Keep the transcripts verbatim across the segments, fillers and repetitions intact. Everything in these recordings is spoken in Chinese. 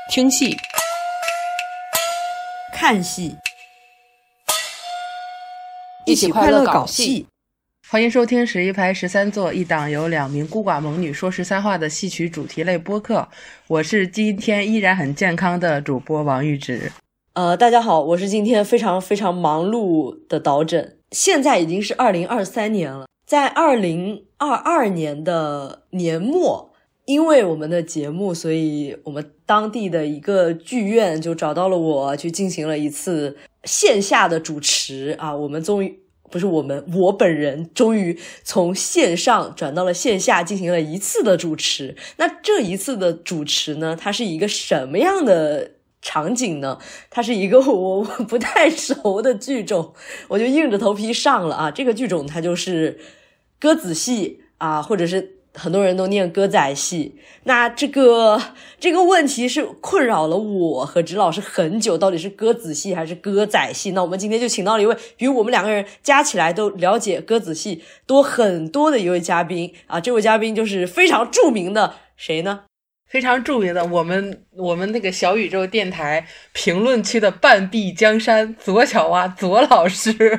听戏、看戏，一起快乐搞戏。 欢迎收听十一排十三座，一档由两名孤寡猛女说十三话的戏曲主题类播客。我是今天依然很健康的主播王玉芷。 呃，大家好，我是今天非常非常忙碌的导诊。现在已经是二零二三年了，在二零二二年的年末，因为我们的节目，所以我们当地的一个剧院就找到了我，去进行了一次线下的主持啊。我们终于不是我们，我本人终于从线上转到了线下，进行了一次的主持。那这一次的主持呢，它是一个什么样的场景呢？它是一个我不太熟的剧种，我就硬着头皮上了啊。这个剧种它就是歌子戏啊，或者是很多人都念歌仔戏。那这个这个问题是困扰了我和芷老师很久，到底是歌子戏还是歌仔戏？那我们今天就请到了一位比我们两个人加起来都了解歌子戏多很多的一位嘉宾啊。这位嘉宾就是非常著名的谁呢？ 非常著名的我们我们那个小宇宙电台评论区的半壁江山左小蛙左老师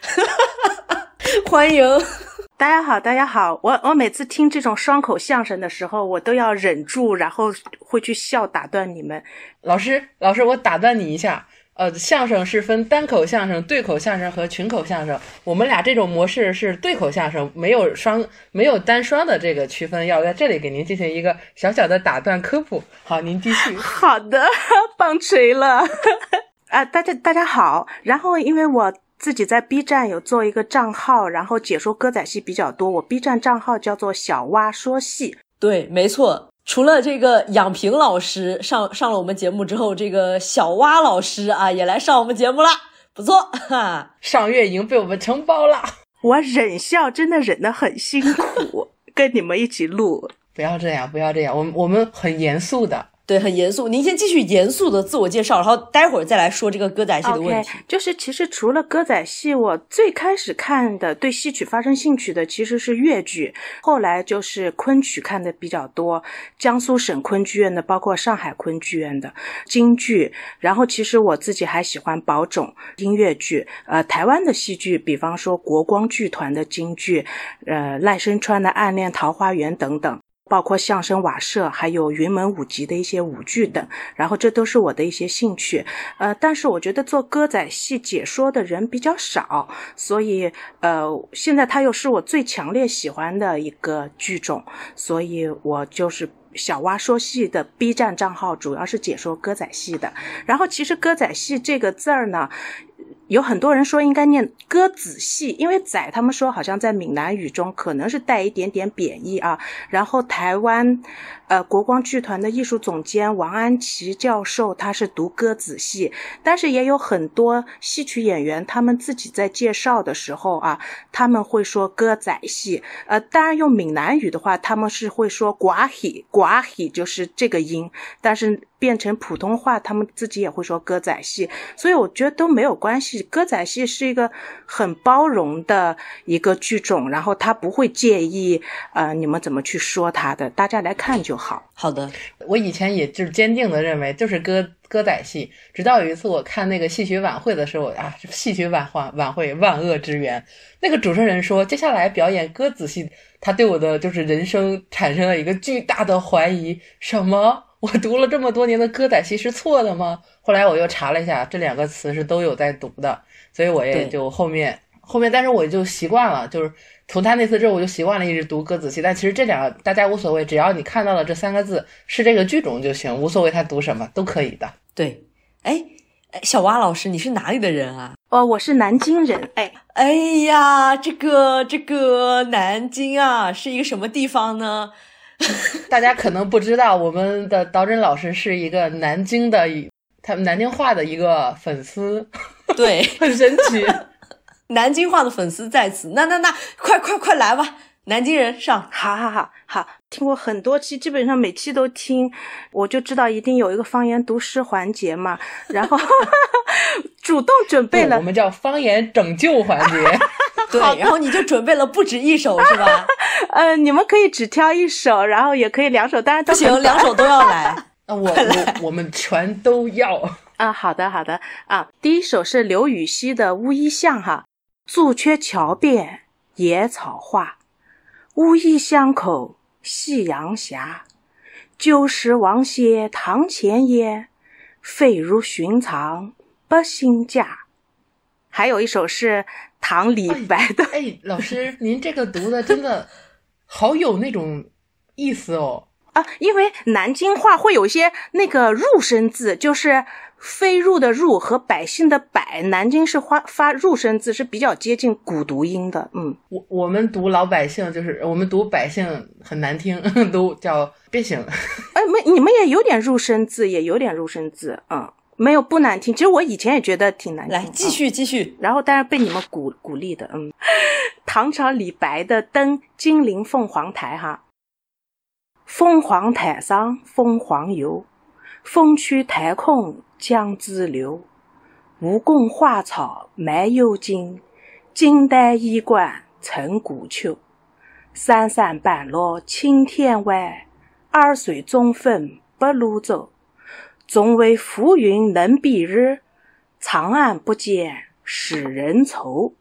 欢迎。 大家好大家好，我我每次听这种双口相声的时候，我都要忍住，然后会去笑打断你们。 老师老师我打断你一下，呃，相声是分单口相声、对口相声和群口相声。我们俩这种模式是对口相声，没有双没有单双的这个区分，要在这里给您进行一个小小的打断科普。好，您继续。 好的，棒槌了啊！大家大家好。然后因为我自己在 B 站有做一个账号，然后解说歌仔戏比较多，我 B 站账号叫做小蛙说戏。 对，没错。除了这个养平老师上上了我们节目之后，这个小蛙老师啊也来上我们节目了，不错哈。 上月已经被我们承包了。 我忍笑真的忍得很辛苦跟你们一起录。 不要这样不要这样，我们我们很严肃的。 对，很严肃。您先继续严肃的自我介绍，然后待会儿再来说这个歌仔戏的问题。 Okay, 就是其实除了歌仔戏，我最开始看的对戏曲发生兴趣的其实是粤剧，后来就是昆曲看的比较多，江苏省昆剧院的，包括上海昆剧院的京剧，然后其实我自己还喜欢宝冢音乐剧，呃，台湾的戏剧，比方说国光剧团的京剧，呃，赖声川的暗恋桃花源等等。包括相声瓦舍还有云门舞集的一些舞剧等，然后这都是我的一些兴趣。呃，但是我觉得做歌仔戏解说的人比较少，所以呃，现在它又是我最强烈喜欢的一个剧种，所以我就是小蛙说戏的 B 站账号主要是解说歌仔戏的。然后其实歌仔戏这个字儿呢，有很多人说应该念歌子戏，因为仔他们说好像在闽南语中可能是带一点点贬义啊。然后台湾呃国光剧团的艺术总监王安琪教授他是读歌子戏，但是也有很多戏曲演员他们自己在介绍的时候啊，他们会说歌仔戏。呃当然用闽南语的话他们是会说寡戏，寡戏就是这个音，但是变成普通话他们自己也会说歌仔戏，所以我觉得都没有关系。歌仔戏是一个很包容的一个剧种，然后他不会介意呃你们怎么去说他的，大家来看就好。 好的。 我以前也就是坚定的认为就是歌歌仔戏，直到有一次我看那个戏曲晚会的时候啊，戏曲晚会晚会万恶之源，那个主持人说接下来表演歌子戏，他对我的就是人生产生了一个巨大的怀疑。什么？我读了这么多年的歌仔戏是错的吗？后来我又查了一下，这两个词是都有在读的，所以我也就后面后面但是我就习惯了，就是从他那次之后我就习惯了一直读歌子戏。但其实这两个大家无所谓，只要你看到了这三个字是这个剧种就行，无所谓他读什么都可以的。 对。哎小蛙老师，你是哪里的人啊？ 哦，我是南京人。哎哎呀，这个这个南京啊是一个什么地方呢？ 大家可能不知道，我们的导诊老师是一个南京的他们南京话的一个粉丝。 对， 很神奇。 南京话的粉丝在此，那那那快快快来吧，南京人上。 好好好好，听过很多期，基本上每期都听，我就知道一定有一个方言读诗环节嘛，然后主动准备了， 我们叫方言拯救环节。 对，然后你就准备了不止一首是吧？ 呃，你们可以只挑一首，然后也可以两首，当然都不行，两首都要来。 啊，我我我们全都要啊。好的好的啊，第一首是刘禹锡的《乌衣巷》哈，杜鹊桥边野草花，乌衣巷口夕阳斜，旧时王谢堂前燕，飞入寻常百姓家。还有一首是唐李白的。 哎，哎老师，您这个读的真的好有那种意思哦。 啊，因为南京话会有一些那个入声字，就是飞入的入和百姓的百，南京是发发入声字，是比较接近古读音的。嗯， 我我们读老百姓，就是我们读百姓很难听，都叫别醒。 哎，没，你们也有点入声字，也有点入声字，嗯，没有不难听。其实我以前也觉得挺难听。 来，继续继续。 然后，但是被你们鼓鼓励的，嗯。唐朝李白的《登金陵凤凰台》哈。凤凰台上凤凰游，凤去台空江自流。吴宫花草埋幽径，金带衣冠成古丘。三山半落青天外，二水中分白鹭洲。总为浮云能蔽日，长安不见使人愁。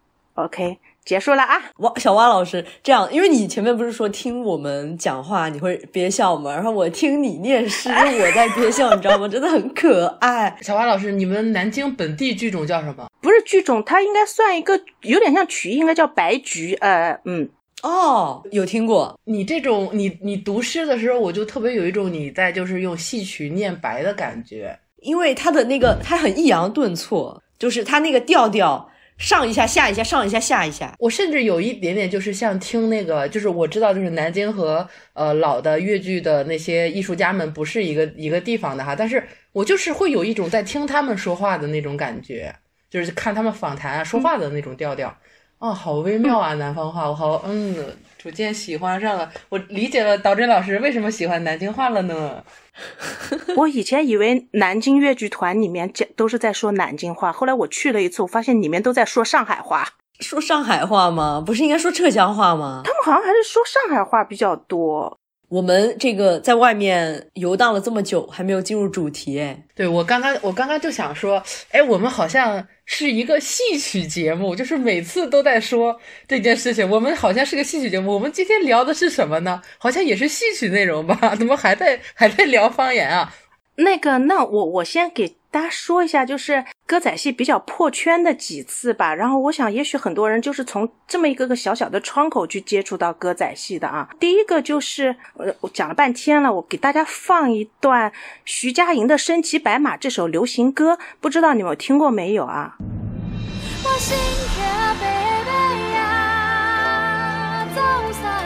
OK， 结束了啊。 哇，小蛙老师，这样，因为你前面不是说听我们讲话你会憋笑吗？然后我听你念诗我在憋笑，你知道吗？真的很可爱。 小蛙老师，你们南京本地剧种叫什么？ 不是剧种，它应该算一个有点像曲艺，应该叫白菊。呃嗯哦，有听过。 你这种你你读诗的时候，我就特别有一种你在就是用戏曲念白的感觉， 因为它的那个它很抑扬顿挫，就是它那个调调上一下下一下上一下下一下。 我甚至有一点点就是像听那个，就是我知道就是南京和呃老的粤剧的那些艺术家们不是一个一个地方的哈，但是我就是会有一种在听他们说话的那种感觉，就是看他们访谈啊说话的那种调调。嗯哦，好微妙啊，南方话，我好嗯，逐渐喜欢上了。我理解了导真老师为什么喜欢南京话了呢？ 我以前以为南京粤剧团里面都是在说南京话，后来我去了一次，我发现里面都在说上海话。 说上海话吗？不是应该说浙江话吗？ 他们好像还是说上海话比较多。 我们这个在外面游荡了这么久，还没有进入主题哎。 对，我刚刚我刚刚就想说，哎，我们好像是一个戏曲节目，就是每次都在说这件事情。我们好像是个戏曲节目，我们今天聊的是什么呢？好像也是戏曲内容吧？怎么还在还在聊方言啊？ 那个，那我我先给大家说一下，就是歌仔戏比较破圈的几次吧。然后我想，也许很多人就是从这么一个个小小的窗口去接触到歌仔戏的啊。第一个就是，呃，我讲了半天了，我给大家放一段徐佳莹的《身骑白马》这首流行歌，不知道你们有听过没有啊？我心骑白马呀，走山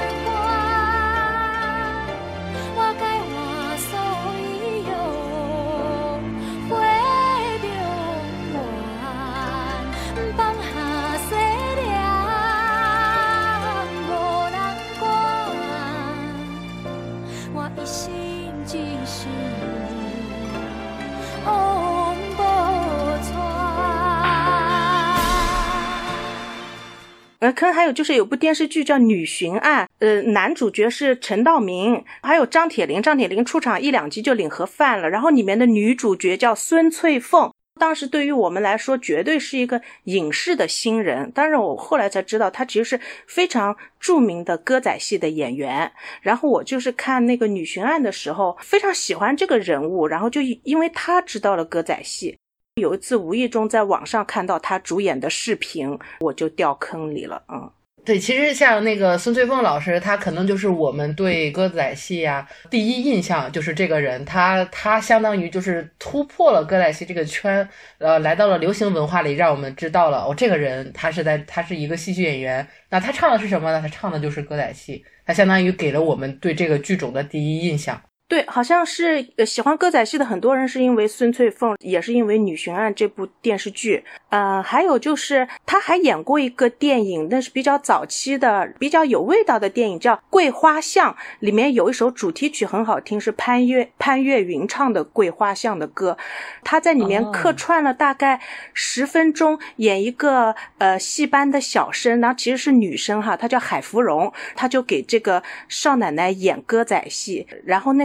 关，我该话所以有。呃，可能还有就是有部电视剧叫《女巡案》，呃，男主角是陈道明，还有张铁林。张铁林出场一两集就领盒饭了。然后里面的女主角叫孙翠凤，当时对于我们来说绝对是一个影视的新人，但是我后来才知道她其实是非常著名的歌仔戏的演员。然后我就是看那个《女巡案》的时候非常喜欢这个人物，然后就因为她知道了歌仔戏。有一次无意中在网上看到他主演的视频，我就掉坑里了。嗯， 对，其实像那个孙翠凤老师，他可能就是我们对歌仔戏啊第一印象就是这个人，他他相当于就是突破了歌仔戏这个圈，呃，来到了流行文化里，让我们知道了哦，这个人他是在他是一个戏剧演员。那他唱的是什么呢？他唱的就是歌仔戏，他相当于给了我们对这个剧种的第一印象。 对，好像是呃喜欢歌仔戏的很多人是因为孙翠凤，也是因为《女巡案》这部电视剧。呃，还有就是他还演过一个电影，那是比较早期的比较有味道的电影，叫《桂花巷》，里面有一首主题曲很好听，是潘越潘越云唱的《桂花巷》的歌。他在里面客串了大概十分钟，演一个呃戏班的小生，然后其实是女生哈，她叫海芙蓉，她就给这个少奶奶演歌仔戏。然后那个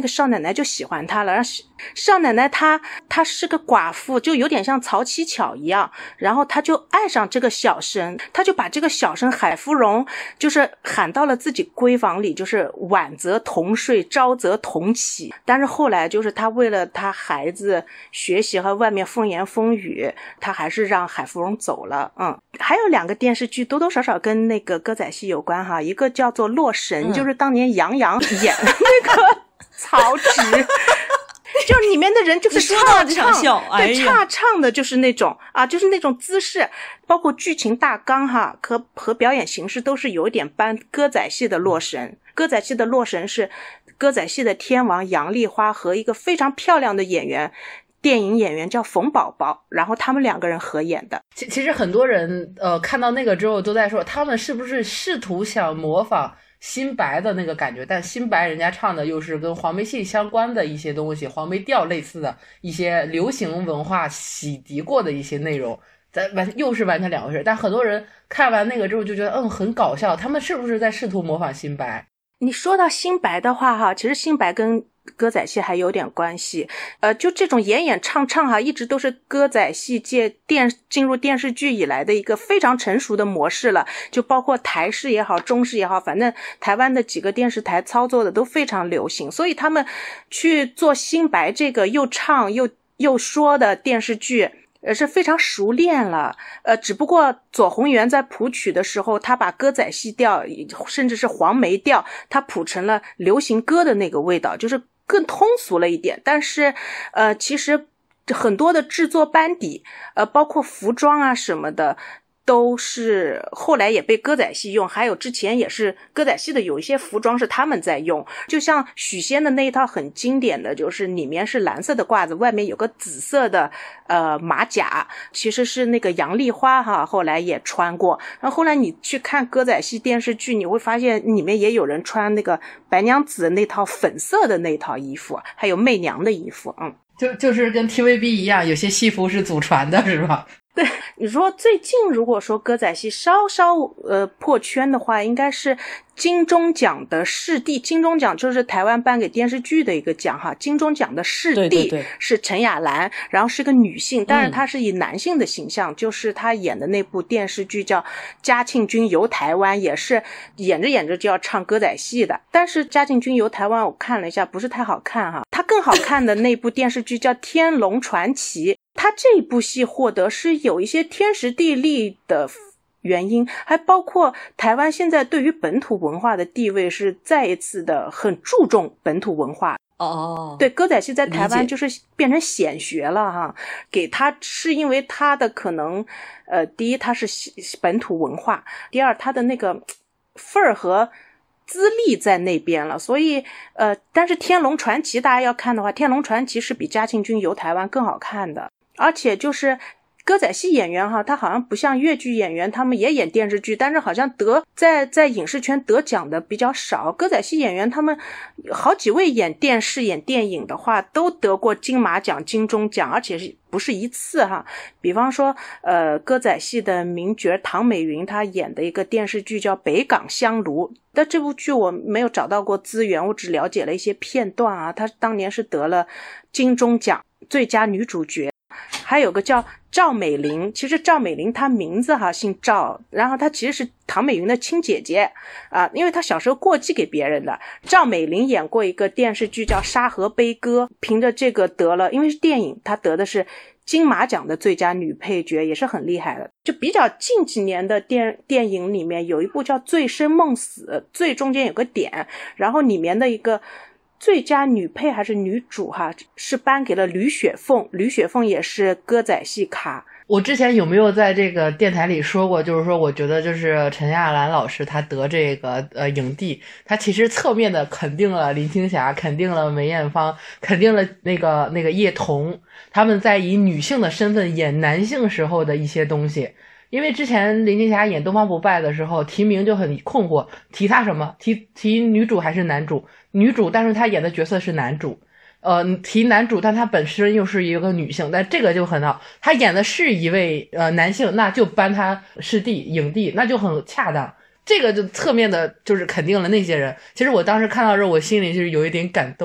少奶奶就喜欢他了，然后少奶奶她她是个寡妇，就有点像曹七巧一样，然后她就爱上这个小生，她就把这个小生海芙蓉就是喊到了自己闺房里，就是晚则同睡，朝则同起。但是后来就是她为了她孩子学习和外面风言风语，她还是让海芙蓉走了。嗯，还有两个电视剧多多少少跟那个歌仔戏有关哈，一个叫做《洛神》，嗯，就是当年杨洋演的那个曹植。就里面的人就是唱唱，对，唱唱的就是那种啊，就是那种姿势，包括剧情大纲哈和和表演形式都是有一点搬歌仔戏的洛神。歌仔戏的洛神是歌仔戏的天王杨丽花和一个非常漂亮的演员，电影演员叫冯宝宝，然后他们两个人合演的。 其其实很多人呃看到那个之后都在说，他们是不是试图想模仿新白的那个感觉，但新白人家唱的又是跟黄梅戏相关的一些东西，黄梅调类似的一些流行文化洗涤过的一些内容，在完又是完全两回事。但很多人看完那个之后就觉得嗯很搞笑，他们是不是在试图模仿新白？ 你说到新白的话哈，其实新白跟歌仔戏还有点关系，呃，就这种演演唱唱哈，一直都是歌仔戏界电进入电视剧以来的一个非常成熟的模式了。就包括台视也好，中视也好，反正台湾的几个电视台操作的都非常流行，所以他们去做新白这个又唱又又说的电视剧。呃，是非常熟练了，呃，只不过左宏元在谱曲的时候，他把歌仔戏调，甚至是黄梅调，他谱成了流行歌的那个味道，就是更通俗了一点。但是，呃，其实很多的制作班底，呃，包括服装啊什么的，都是后来也被歌仔戏用，还有之前也是歌仔戏的有一些服装是他们在用，就像许仙的那一套很经典的，就是里面是蓝色的褂子，外面有个紫色的呃马甲，其实是那个杨丽花哈，后来也穿过。然后后来你去看歌仔戏电视剧，你会发现里面也有人穿那个白娘子的那套粉色的那套衣服，还有媚娘的衣服，嗯， 就就是跟 T V B 一样，有些戏服是祖传的是吧？ 对，你说最近如果说歌仔戏稍稍呃破圈的话，应该是金钟奖的视帝。金钟奖就是台湾颁给电视剧的一个奖哈，金钟奖的视帝是陈雅兰，然后是个女性，但是她是以男性的形象，嗯，就是她演的那部电视剧叫《嘉庆君游台湾》，也是演着演着就要唱歌仔戏的。但是《嘉庆君游台湾》我看了一下，不是太好看哈。她更好看的那部电视剧叫《天龙传奇》。他这部戏获得是有一些天时地利的原因，还包括台湾现在对于本土文化的地位是再一次的很注重本土文化。 哦， 对，歌仔戏在台湾就是变成显学了哈，给他是因为他的可能呃，第一他是本土文化，第二他的那个份儿和资历在那边了，所以呃，但是天龙传奇大家要看的话，天龙传奇是比嘉庆君游台湾更好看的。而且就是歌仔戏演员哈，他好像不像越剧演员，他们也演电视剧，但是好像得在在影视圈得奖的比较少。歌仔戏演员他们好几位演电视演电影的话都得过金马奖金钟奖，而且是不是一次哈。比方说呃，歌仔戏的名角唐美云，她演的一个电视剧叫北港香炉，但这部剧我没有找到过资源，我只了解了一些片段啊。她当年是得了金钟奖最佳女主角。还有个叫赵美玲，其实赵美玲她名字哈姓赵，然后她其实是唐美云的亲姐姐啊，因为她小时候过继给别人的。赵美玲演过一个电视剧叫《沙河悲歌》，凭着这个得了，因为是电影，她得的是金马奖的最佳女配角，也是很厉害的。就比较近几年的电电影里面有一部叫《醉生梦死》，醉中间有个点，然后里面的一个最佳女配还是女主哈，是颁给了吕雪凤。吕雪凤也是歌仔戏咖。 我之前有没有在这个电台里说过，就是说我觉得就是陈亚兰老师她得这个呃影帝，她其实侧面的肯定了林青霞，肯定了梅艳芳，肯定了那个那个叶童，他们在以女性的身份演男性时候的一些东西。因为之前林青霞演东方不败的时候提名就很困惑，提她什么，提提女主还是男主，女主但是她演的角色是男主，呃提男主但她本身又是一个女性，但这个就很好，她演的是一位呃男性，那就颁她视帝影帝，那就很恰当，这个就侧面的就是肯定了那些人。其实我当时看到这我心里就是有一点感动。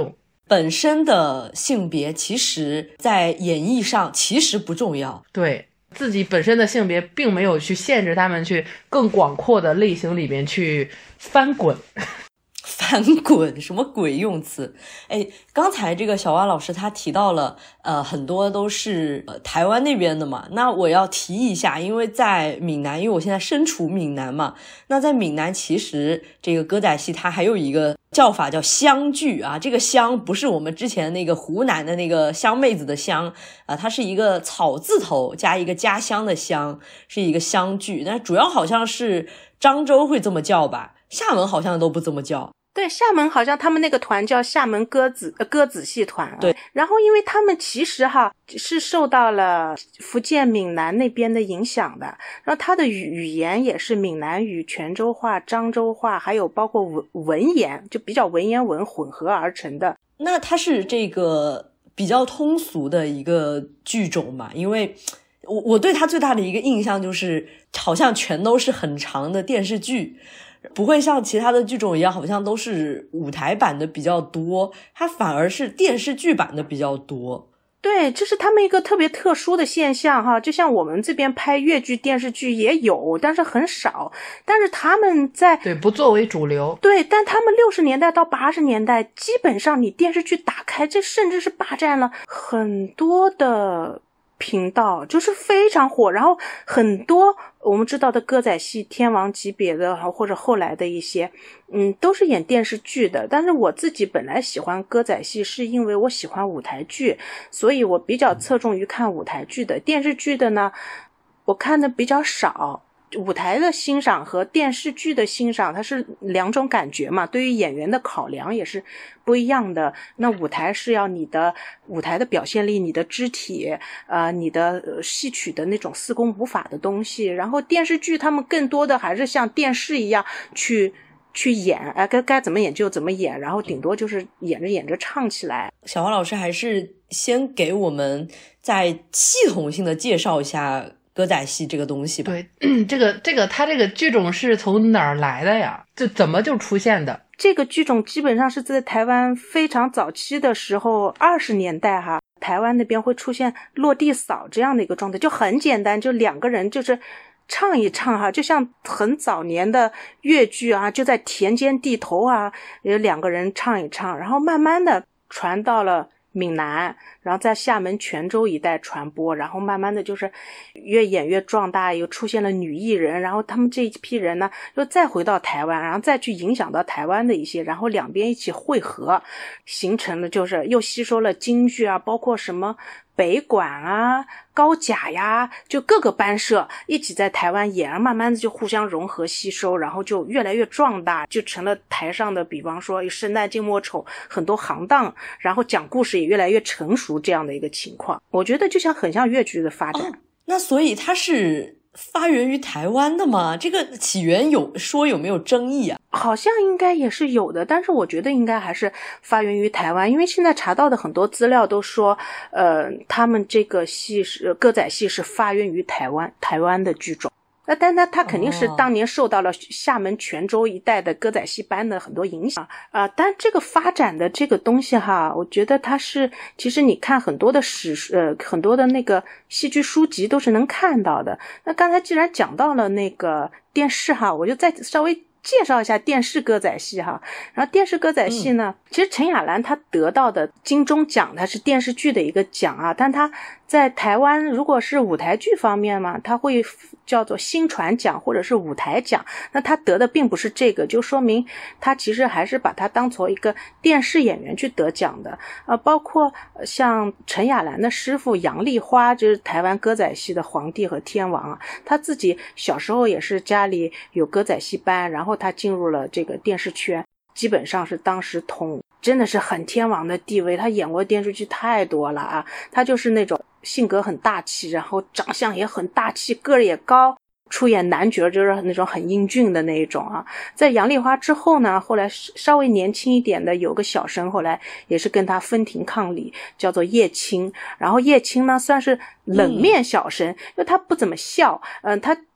本身的性别其实在演绎上其实不重要， 对，自己本身的性别并没有去限制他们去更广阔的类型里面去翻滚。 翻滚什么鬼用词？哎，刚才这个小蛙老师他提到了，呃，很多都是、呃、台湾那边的嘛。那我要提一下，因为在闽南，因为我现在身处闽南嘛，那在闽南其实这个歌仔戏它还有一个叫法叫湘剧啊。这个湘不是我们之前那个湖南的那个湘妹子的湘啊，它是一个草字头加一个家乡的乡，是一个湘剧。但主要好像是漳州会这么叫吧，厦门好像都不这么叫。 对，厦门好像他们那个团叫厦门歌子呃歌子戏团、啊。 对， 然后因为他们其实哈是受到了福建闽南那边的影响的，然后他的语语言也是闽南语、泉州话、漳州话，还有包括文文言，就比较文言文混合而成的。 那它是这个比较通俗的一个剧种嘛？因为我我对它最大的一个印象就是好像全都是很长的电视剧，不会像其他的剧种一样好像都是舞台版的比较多，它反而是电视剧版的比较多。 对，这是他们一个特别特殊的现象哈，就像我们这边拍粤剧电视剧也有，但是很少，但是他们在对不作为主流。 对，但他们六十年代到八十年代，基本上你电视剧打开，这甚至是霸占了很多的频道，就是非常火。然后很多我们知道的歌仔戏天王级别的或者后来的一些嗯，都是演电视剧的。但是我自己本来喜欢歌仔戏是因为我喜欢舞台剧，所以我比较侧重于看舞台剧的。电视剧的呢我看的比较少，舞台的欣赏和电视剧的欣赏它是两种感觉嘛，对于演员的考量也是不一样的。那舞台是要你的舞台的表现力，你的肢体呃，你的、呃、戏曲的那种四功五法的东西，然后电视剧他们更多的还是像电视一样去去演，哎，该该怎么演就怎么演，然后顶多就是演着演着唱起来。 小王老师还是先给我们再系统性的介绍一下歌仔戏这个东西吧。 对，嗯、这个这个它这个剧种是从哪儿来的呀？就怎么就出现的？ 这个剧种基本上是在台湾非常早期的时候，二十年代哈，台湾那边会出现落地扫这样的一个状态，就很简单，就两个人就是唱一唱哈，就像很早年的粤剧啊，就在田间地头啊，有两个人唱一唱，然后慢慢的传到了闽南，然后在厦门泉州一带传播，然后慢慢的就是越演越壮大，又出现了女艺人，然后他们这一批人呢又再回到台湾，然后再去影响到台湾的一些，然后两边一起汇合，形成了就是又吸收了京剧啊，包括什么北管啊、高甲呀，就各个班社一起在台湾演，慢慢的就互相融合吸收，然后就越来越壮大，就成了台上的比方说生旦净末丑很多行当，然后讲故事也越来越成熟这样的一个情况。我觉得就像很像粤剧的发展。 哦，那所以它是发源于台湾的吗？这个起源有说有没有争议啊？ 好像应该也是有的，但是我觉得应该还是发源于台湾，因为现在查到的很多资料都说呃，他们这个戏是歌仔戏是发源于台湾台湾的剧种。那但他他肯定是当年受到了厦门泉州一带的歌仔戏班的很多影响啊、呃，但这个发展的这个东西哈，我觉得它是其实你看很多的史呃很多的那个戏剧书籍都是能看到的。那刚才既然讲到了那个电视哈，我就再稍微介绍一下电视歌仔戏哈。然后电视歌仔戏呢、嗯、其实陈雅兰她得到的金钟奖它是电视剧的一个奖啊，但她在台湾如果是舞台剧方面嘛，它会叫做新传奖或者是舞台奖，那他得的并不是这个，就说明他其实还是把他当做一个电视演员去得奖的。呃，包括像陈雅兰的师傅杨丽花，就是台湾歌仔戏的皇帝和天王啊，他自己小时候也是家里有歌仔戏班，然后他进入了这个电视圈，基本上是当时统真的是很天王的地位，他演过电视剧太多了啊，他就是那种性格很大气，然后长相也很大气，个儿也高，出演男角就是那种很英俊的那一种啊。在杨丽花之后呢，后来稍微年轻一点的有个小生，后来也是跟他分庭抗礼，叫做叶青。然后叶青呢算是冷面小生，因为他不怎么笑，嗯、呃，他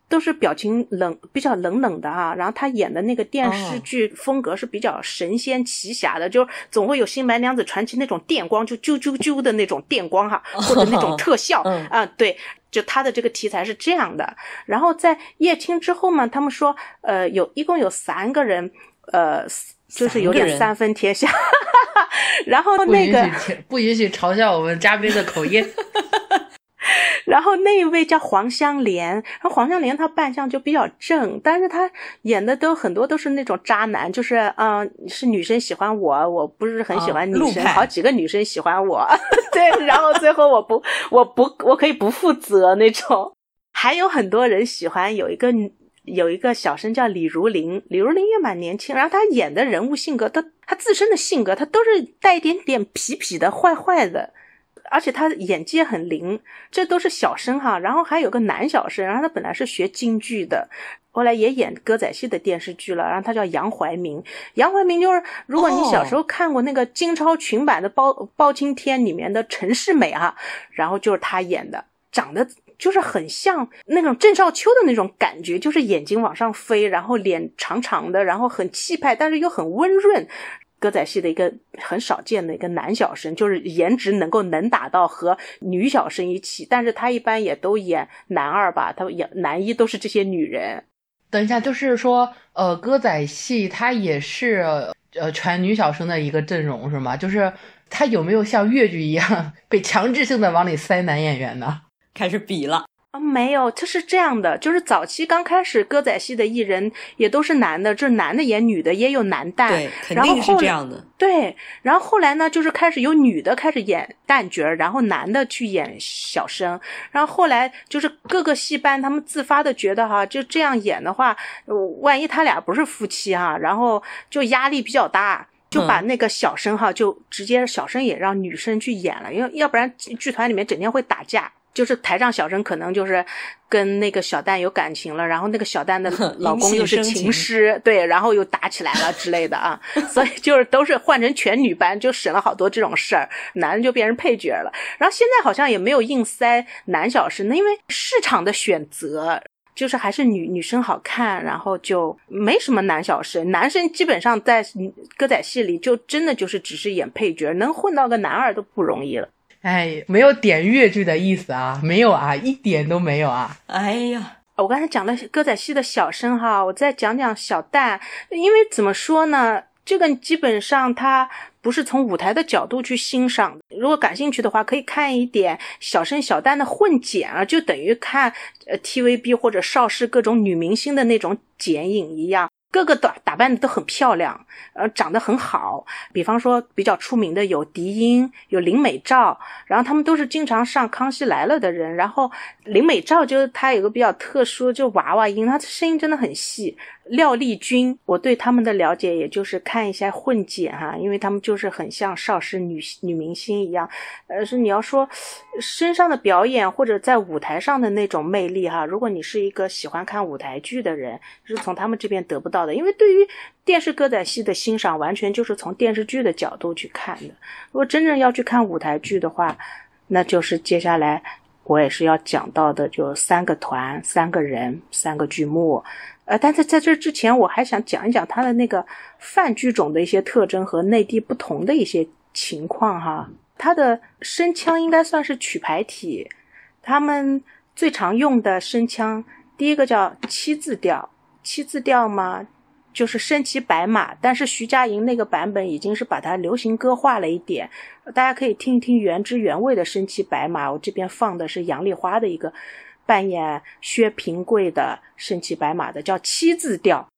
都是表情冷，比较冷冷的啊。然后他演的那个电视剧风格是比较神仙奇侠的，哦、就总会有新白娘子传奇那种电光，就啾啾啾的那种电光哈，或者那种特效、哦、啊，对。就他的这个题材是这样的。然后在叶青之后嘛，他们说呃有一共有三个人呃就是有点三分天下然后那个不允许嘲笑我们嘉宾的口音然后那一位叫黄香莲，然后黄香莲她扮相就比较正，但是她演的都很多都是那种渣男，就是嗯、呃，是女生喜欢我，我不是很喜欢女生、哦、好几个女生喜欢我对，然后最后我不我不我可以不负责那种。还有很多人喜欢有一个有一个小生叫李如林，李如林也蛮年轻，然后她演的人物性格她她自身的性格她都是带一点点痞痞的坏坏的，而且他演技很灵，这都是小生哈。然后还有个男小生，然后他本来是学京剧的，后来也演歌仔戏的电视剧了，然后他叫杨怀民。杨怀民就是如果你小时候看过那个金超群版的包包青天里面的陈世美哈，然后就是他演的，长得就是很像那种郑少秋的那种感觉，就是眼睛往上飞，然后脸长长的，然后很气派，但是又很温润。歌仔戏的一个很少见的一个男小生，就是颜值能够能打到和女小生一起，但是他一般也都演男二吧，他演男一都是这些女人。 等一下，就是说呃，歌仔戏它也是呃全女小生的一个阵容是吗？就是它有没有像越剧一样被强制性的往里塞男演员呢？ 开始比了啊，没有，这是这样的，就是早期刚开始歌仔戏的艺人也都是男的，这男的演女的，也有男旦， 对，肯定是这样的。 对，然后后来呢，就是开始有女的开始演旦角，然后男的去演小生，然后后来就是各个戏班他们自发的觉得哈，就这样演的话，万一他俩不是夫妻哈，然后就压力比较大。就把那个小生哈，就直接小生也让女生去演了，因为要不然剧团里面整天会打架。就是台上小生可能就是跟那个小旦有感情了，然后那个小旦的老公又是情师，对，然后又打起来了之类的啊，所以就是都是换成全女班，就省了好多这种事儿，男人就变成配角了。然后现在好像也没有硬塞男小生，因为市场的选择就是还是女女生好看，然后就没什么男小生，男生基本上在歌仔戏里就真的就是只是演配角，能混到个男二都不容易了。 哎，没有点越剧的意思啊，没有啊，一点都没有啊。 哎呀， 我刚才讲了歌仔戏的小生哈，我再讲讲小旦，因为怎么说呢，这个基本上它不是从舞台的角度去欣赏，如果感兴趣的话可以看一点小生小旦的混剪啊，就等于看呃 T V B 或者邵氏各种女明星的那种剪影一样，各个打打扮的都很漂亮，呃，长得很好。比方说比较出名的有狄英，有林美照，然后他们都是经常上《康熙来了》的人。然后林美照就是她有个比较特殊，就娃娃音，她声音真的很细。廖丽君，我对他们的了解也就是看一下混剪哈，因为他们就是很像邵氏女女明星一样。呃，是你要说身上的表演或者在舞台上的那种魅力哈，如果你是一个喜欢看舞台剧的人，是从他们这边得不到的。因为对于电视歌仔戏的欣赏，完全就是从电视剧的角度去看的。如果真正要去看舞台剧的话，那就是接下来我也是要讲到的，就三个团、三个人、三个剧目。呃，但是在这之前，我还想讲一讲它的那个泛剧种的一些特征和内地不同的一些情况哈。它的声腔应该算是曲牌体，他们最常用的声腔，第一个叫七字调，七字调嘛，就是身骑白马，但是徐佳莹那个版本已经是把它流行歌化了一点，大家可以听一听原汁原味的身骑白马。我这边放的是杨丽花的一个扮演薛平贵的身骑白马的，叫七字调。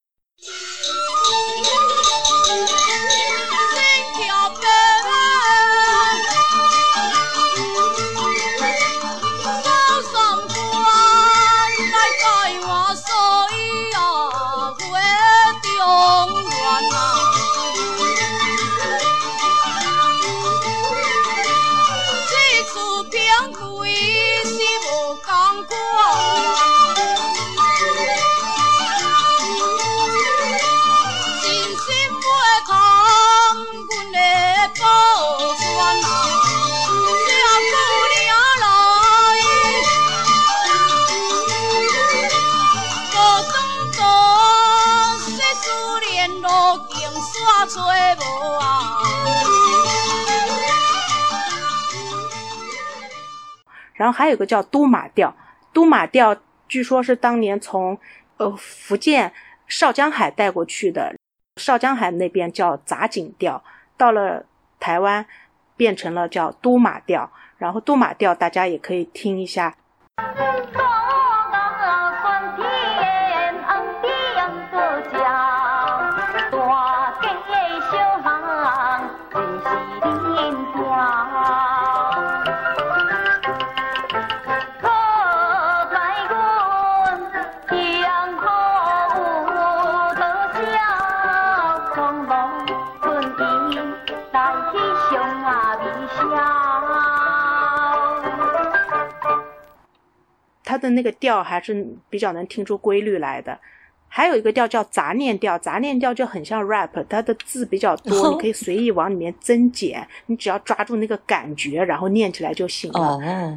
做无啊。 然后还有个叫都马调，都马调据说是当年从呃福建邵江海带过去的，邵江海那边叫杂景调，到了台湾变成了叫都马调，然后都马调大家也可以听一下。它的那个调还是比较能听出规律来的。还有一个调叫杂念调，杂念调就很像 rap， 它的字比较多，哦，你可以随意往里面增减，你只要抓住那个感觉然后念起来就行了。哦，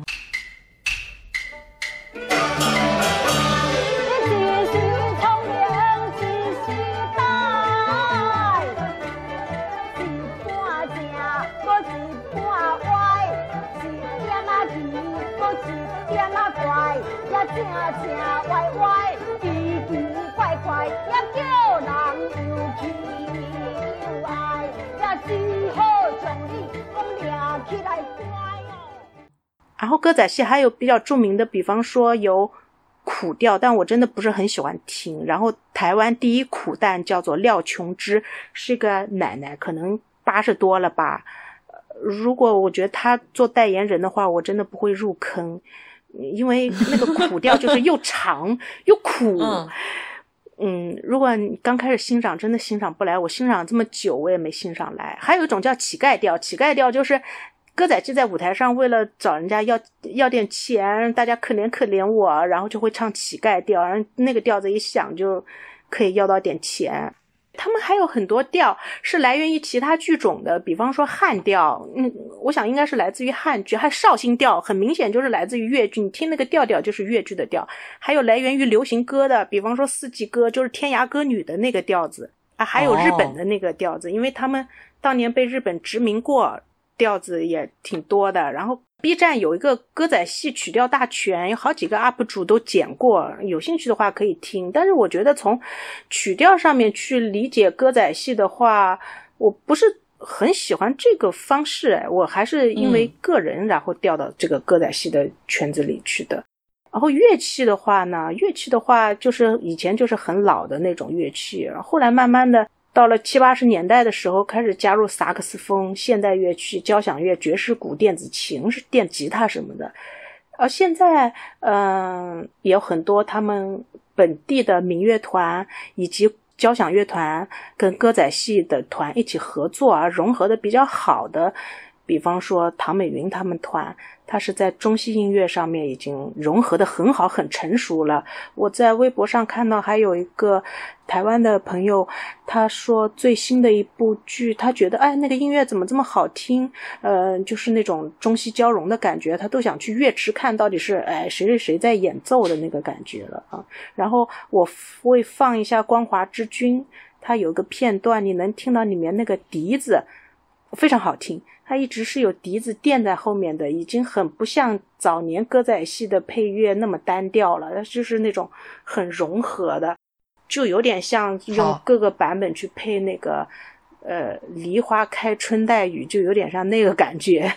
正正歪歪，奇奇怪怪，也叫人又气又爱，也只好将你讲抓起来乖哦。 然后歌仔戏还有比较著名的，比方说有苦调，但我真的不是很喜欢听。然后台湾第一苦旦叫做廖琼枝，是个奶奶，可能八十多了吧。如果我觉得她做代言人的话，我真的不会入坑。因为那个苦调就是又长又苦，嗯, 嗯，如果你刚开始欣赏真的欣赏不来，我欣赏这么久我也没欣赏来。还有一种叫乞丐调，乞丐调就是歌仔戏在舞台上为了找人家要要点钱，大家可怜可怜我，然后就会唱乞丐调，然后那个调子一响就可以要到点钱。他们还有很多调是来源于其他剧种的，比方说汉调，嗯，我想应该是来自于汉剧，还有绍兴调，很明显就是来自于粤剧，你听那个调调就是粤剧的调。还有来源于流行歌的，比方说四季歌，就是天涯歌女的那个调子啊，还有日本的那个调子，因为他们当年被日本殖民过，调子也挺多的。然后 B 站有一个歌仔戏曲调大全，有好几个 U P 主都剪过，有兴趣的话可以听。但是我觉得从曲调上面去理解歌仔戏的话，我不是很喜欢这个方式，我还是因为个人然后调到这个歌仔戏的圈子里去的。然后乐器的话呢，乐器的话就是以前就是很老的那种乐器，后来慢慢的到了七八十年代的时候，开始加入萨克斯风、现代乐器、交响乐、爵士鼓、电子琴、是电吉他什么的。而现在，嗯、呃，也有很多他们本地的民乐团以及交响乐团跟歌仔戏的团一起合作啊，融合的比较好的。比方说唐美云他们团，他是在中西音乐上面已经融合的很好很成熟了。我在微博上看到还有一个台湾的朋友，他说最新的一部剧他觉得哎那个音乐怎么这么好听，呃就是那种中西交融的感觉，他都想去乐池看到底是哎谁谁谁在演奏的那个感觉了啊。然后我会放一下光华之君，他有个片段你能听到里面那个笛子非常好听，它一直是有笛子垫在后面的，已经很不像早年歌仔戏的配乐那么单调了，它就是那种很融合的，就有点像用各个版本去配那个呃梨花开春带雨，就有点像那个感觉。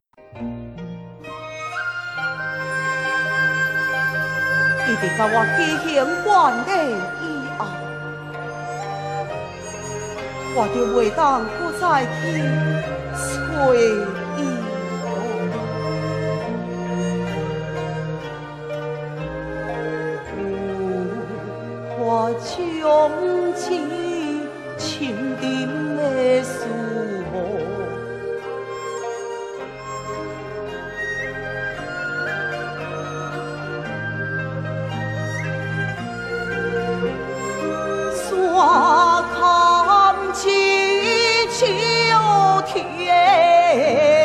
伊哋甲我举行万礼以后，我就袂当搁再去吹伊咯。有我从前深沉的思慕，山看起秋天。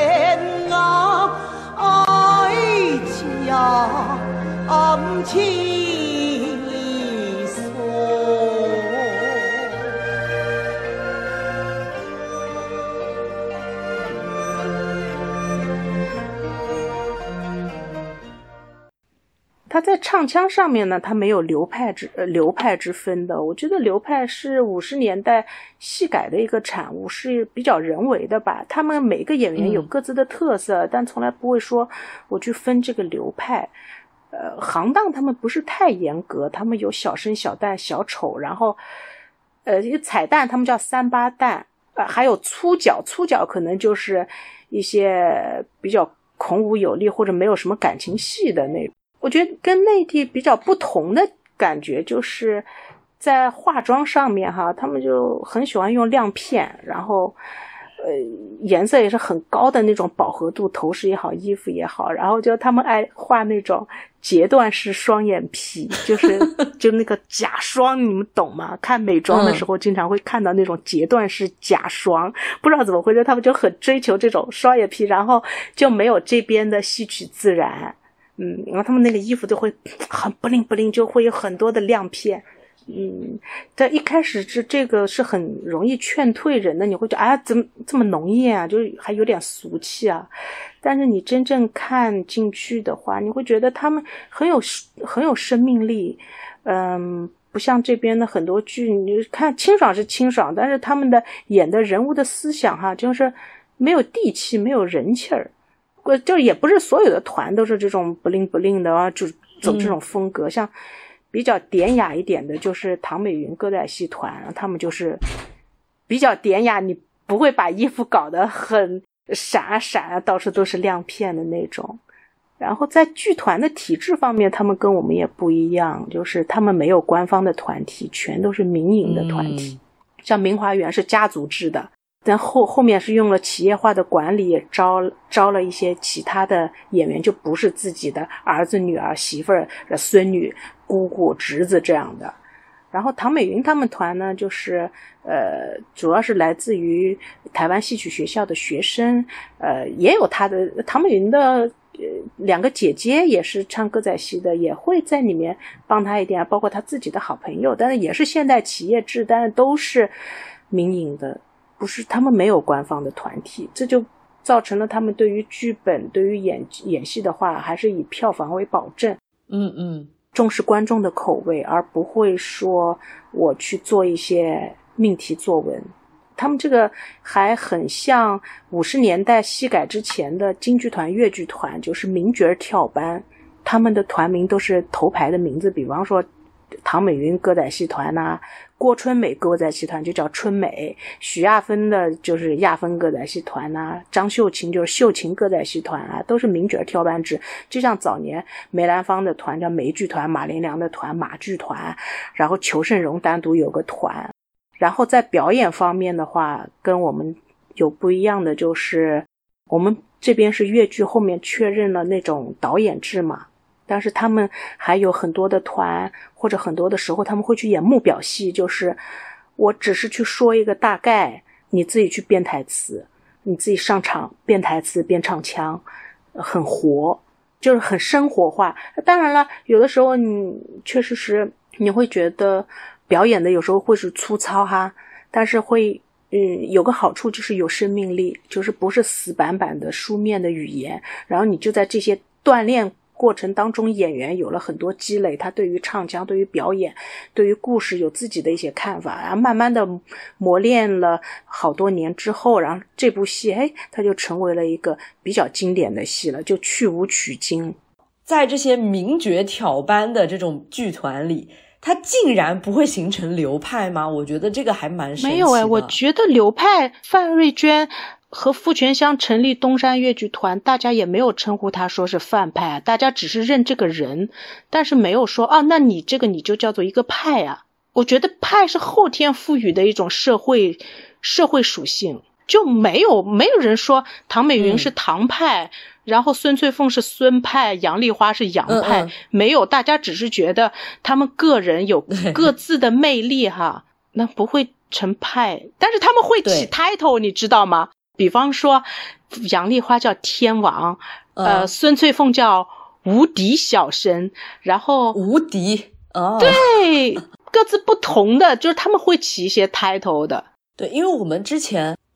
他在唱腔上面呢，他没有流派之呃流派之分的。我觉得流派是五十年代戏改的一个产物，是比较人为的吧。他们每个演员有各自的特色，嗯、但从来不会说我去分这个流派。呃，行当他们不是太严格，他们有小生、小旦、小丑，然后呃，一个彩蛋他们叫三八旦，呃，还有粗角，粗角可能就是一些比较孔武有力或者没有什么感情戏的那种。我觉得跟内地比较不同的感觉就是在化妆上面哈，他们就很喜欢用亮片，然后呃颜色也是很高的那种饱和度，头饰也好，衣服也好，然后就他们爱画那种截断式双眼皮，就是就那个假双，你们懂吗？看美妆的时候经常会看到那种截断式假双，不知道怎么回事，他们就很追求这种双眼皮，然后就没有这边的戏曲自然。嗯，然后他们那个衣服就会很不灵不灵，就会有很多的亮片。嗯，在一开始是这个是很容易劝退人的，你会觉得啊，怎么这么浓艳啊，就还有点俗气啊。但是你真正看进去的话，你会觉得他们很有很有生命力。嗯，不像这边的很多剧，你看清爽是清爽，但是他们的演的人物的思想哈，就是没有地气，没有人气儿。就也不是所有的团都是这种不灵不灵的啊，就走这种风格、嗯、像比较典雅一点的就是唐美云歌仔戏团，他们就是比较典雅，你不会把衣服搞得很闪啊闪啊，到处都是亮片的那种。然后在剧团的体制方面，他们跟我们也不一样，就是他们没有官方的团体，全都是民营的团体、嗯、像明华园是家族制的，但后后面是用了企业化的管理，也招招了一些其他的演员，就不是自己的儿子、女儿、媳妇儿、孙女、姑姑、侄子这样的。然后唐美云他们团呢，就是呃，主要是来自于台湾戏曲学校的学生，呃，也有他的唐美云的呃两个姐姐也是唱歌仔戏的，也会在里面帮他一点，包括他自己的好朋友，但是也是现代企业制，但是都是民营的。不是，他们没有官方的团体，这就造成了他们对于剧本、对于演演戏的话，还是以票房为保证。 嗯嗯， 重视观众的口味，而不会说我去做一些命题作文。他们这个还很像五十年代戏改之前的京剧团、越剧团，就是名角跳班，他们的团名都是头牌的名字，比方说唐美云歌仔戏团啊，郭春美歌仔戏团就叫春美，许亚芬的就是亚芬歌仔戏团啊，张秀琴就是秀琴歌仔戏团啊，都是名角跳班制。就像早年梅兰芳的团叫梅剧团，马连良的团马剧团，然后裘盛戎单独有个团。然后在表演方面的话，跟我们有不一样的就是我们这边是越剧后面确认了那种导演制嘛，但是他们还有很多的团，或者很多的时候他们会去演幕表戏，就是我只是去说一个大概，你自己去编台词，你自己上场编台词编唱腔，很活，就是很生活化。当然了，有的时候你确实是你会觉得表演的有时候会是粗糙哈，但是会嗯，有个好处就是有生命力，就是不是死板板的书面的语言，然后你就在这些锻炼过程当中，演员有了很多积累，他对于唱腔、对于表演、对于故事有自己的一些看法，然后慢慢的磨练了好多年之后，然后这部戏哎，它就成为了一个比较经典的戏了，就去无取经。 在这些名角挑班的这种剧团里，它竟然不会形成流派吗？我觉得这个还蛮神奇的。 没有哎，我觉得流派范瑞娟和傅全香成立东山越剧团，大家也没有称呼他说是范派，大家只是认这个人，但是没有说啊，那你这个你就叫做一个派啊。我觉得派是后天赋予的一种社会社会属性，就没有没有人说唐美云是唐派、嗯、然后孙翠凤是孙派，杨丽花是杨派，嗯嗯没有，大家只是觉得他们个人有各自的魅力哈，那不会成派，但是他们会起 title 你知道吗？比方说杨丽花叫天王、嗯、呃，孙翠凤叫无敌小生，然后无敌哦， 对，各自不同的，就是他们会起一些 title 的。 对，因为我们之前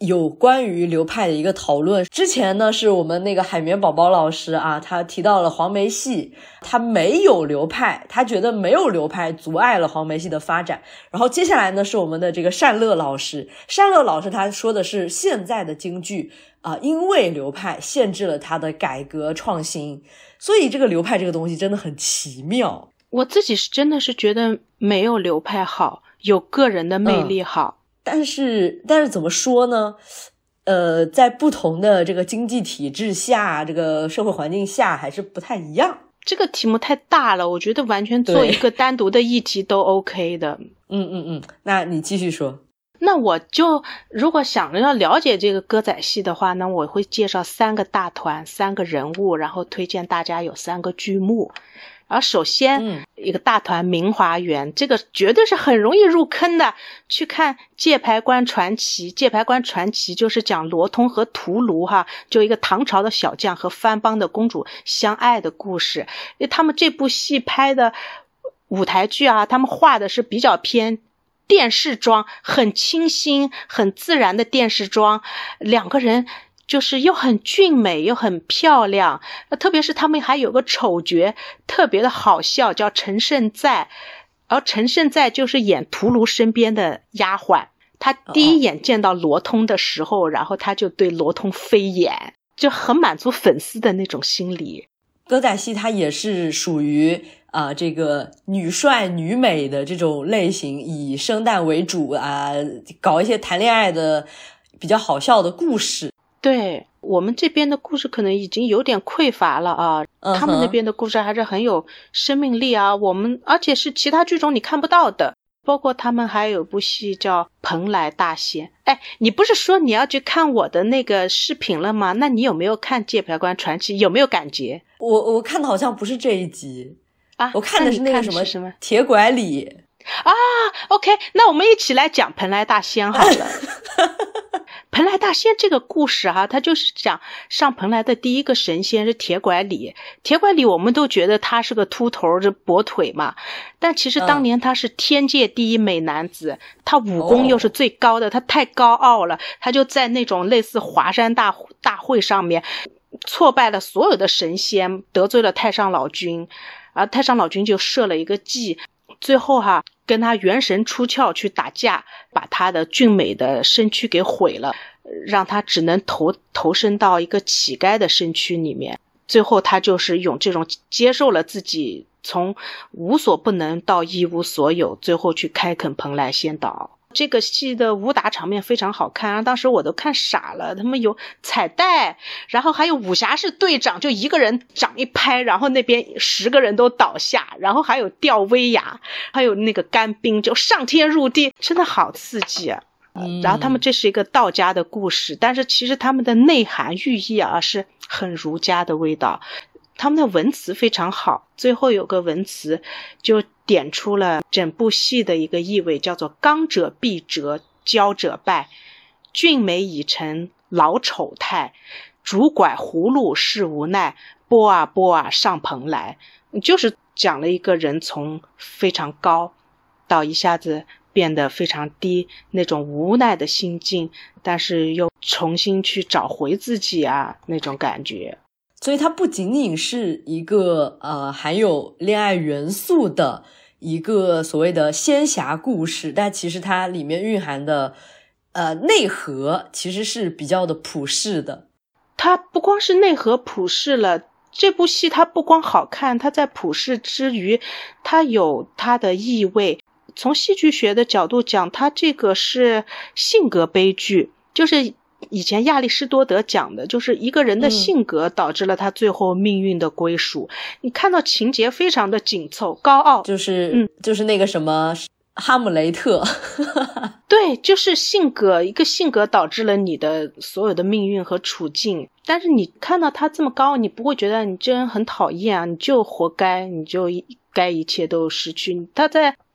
有关于流派的一个讨论。之前呢是我们那个海绵宝宝老师啊，他提到了黄梅戏，他没有流派，他觉得没有流派阻碍了黄梅戏的发展。然后接下来呢是我们的这个单乐老师，单乐老师他说的是现在的京剧啊、呃，因为流派限制了他的改革创新，所以这个流派这个东西真的很奇妙。 我自己是真的是觉得没有流派好，有个人的魅力好。 嗯，但是但是怎么说呢，呃，在不同的这个经济体制下，这个社会环境下还是不太一样。 这个题目太大了，我觉得完全做一个单独的议题都 OK 的。 嗯嗯嗯，那你继续说。 那我就如果想要了解这个歌仔戏的话呢，我会介绍三个大团，三个人物，然后推荐大家有三个剧目。然后首先、嗯、一个大团明华园，这个绝对是很容易入坑的，去看界牌关传奇。界牌关传奇就是讲罗通和屠卢哈，就一个唐朝的小将和番邦的公主相爱的故事。因为他们这部戏拍的舞台剧啊，他们画的是比较偏电视妆，很清新很自然的电视妆，两个人就是又很俊美又很漂亮，特别是他们还有个丑角特别的好笑，叫陈胜在。而陈胜在就是演屠卢身边的丫鬟，他第一眼见到罗通的时候、哦、然后他就对罗通飞眼，就很满足粉丝的那种心理。 歌仔戏它也是属于啊、呃、这个女帅女美的这种类型，以生旦为主啊、呃，搞一些谈恋爱的比较好笑的故事。 对，我们这边的故事可能已经有点匮乏了啊、嗯、他们那边的故事还是很有生命力啊，我们而且是其他剧种你看不到的。包括他们还有部戏叫蓬莱大仙。哎，你不是说你要去看我的那个视频了吗？那你有没有看界牌关传奇？有没有感觉？ 我我看的好像不是这一集啊， 我看的是那个什么什么铁拐李啊。OK， 那我们一起来讲蓬莱大仙好了。蓬莱大仙这个故事哈、啊，它就是讲上蓬莱的第一个神仙是铁拐李。铁拐李我们都觉得他是个秃头这跛腿嘛，但其实当年他是天界第一美男子、嗯、他武功又是最高的、哦、他太高傲了，他就在那种类似华山大大会上面挫败了所有的神仙，得罪了太上老君，而太上老君就设了一个计，最后哈、啊跟他元神出窍去打架，把他的俊美的身躯给毁了，让他只能投投身到一个乞丐的身躯里面。最后他就是用这种接受了自己从无所不能到一无所有，最后去开垦蓬莱仙岛。这个戏的武打场面非常好看，当时我都看傻了，他们有彩带，然后还有武侠式队长，就一个人掌一拍，然后那边十个人都倒下，然后还有吊威亚，还有那个干冰就上天入地，真的好刺激啊、嗯、然后他们这是一个道家的故事，但是其实他们的内涵寓意啊是很儒家的味道，他们的文词非常好，最后有个文词就点出了整部戏的一个意味，叫做刚者必折，骄者败，俊美已成老丑态，拄拐葫芦是无奈，拨啊拨啊上蓬莱。就是讲了一个人从非常高到一下子变得非常低，那种无奈的心境，但是又重新去找回自己啊那种感觉。 所以它不仅仅是一个呃含有恋爱元素的一个所谓的仙侠故事，但其实它里面蕴含的呃内核其实是比较的普世的。 它不光是内核普世了，这部戏它不光好看，它在普世之余它有它的意味。从戏剧学的角度讲，它这个是性格悲剧，就是以前亚里士多德讲的，就是一个人的性格导致了他最后命运的归属、嗯、你看到情节非常的紧凑高傲， 就是嗯，就是那个什么哈姆雷特对，就是性格，一个性格导致了你的所有的命运和处境。但是你看到他这么高，你不会觉得你这人很讨厌啊，你就活该，你就该一切都失去。他在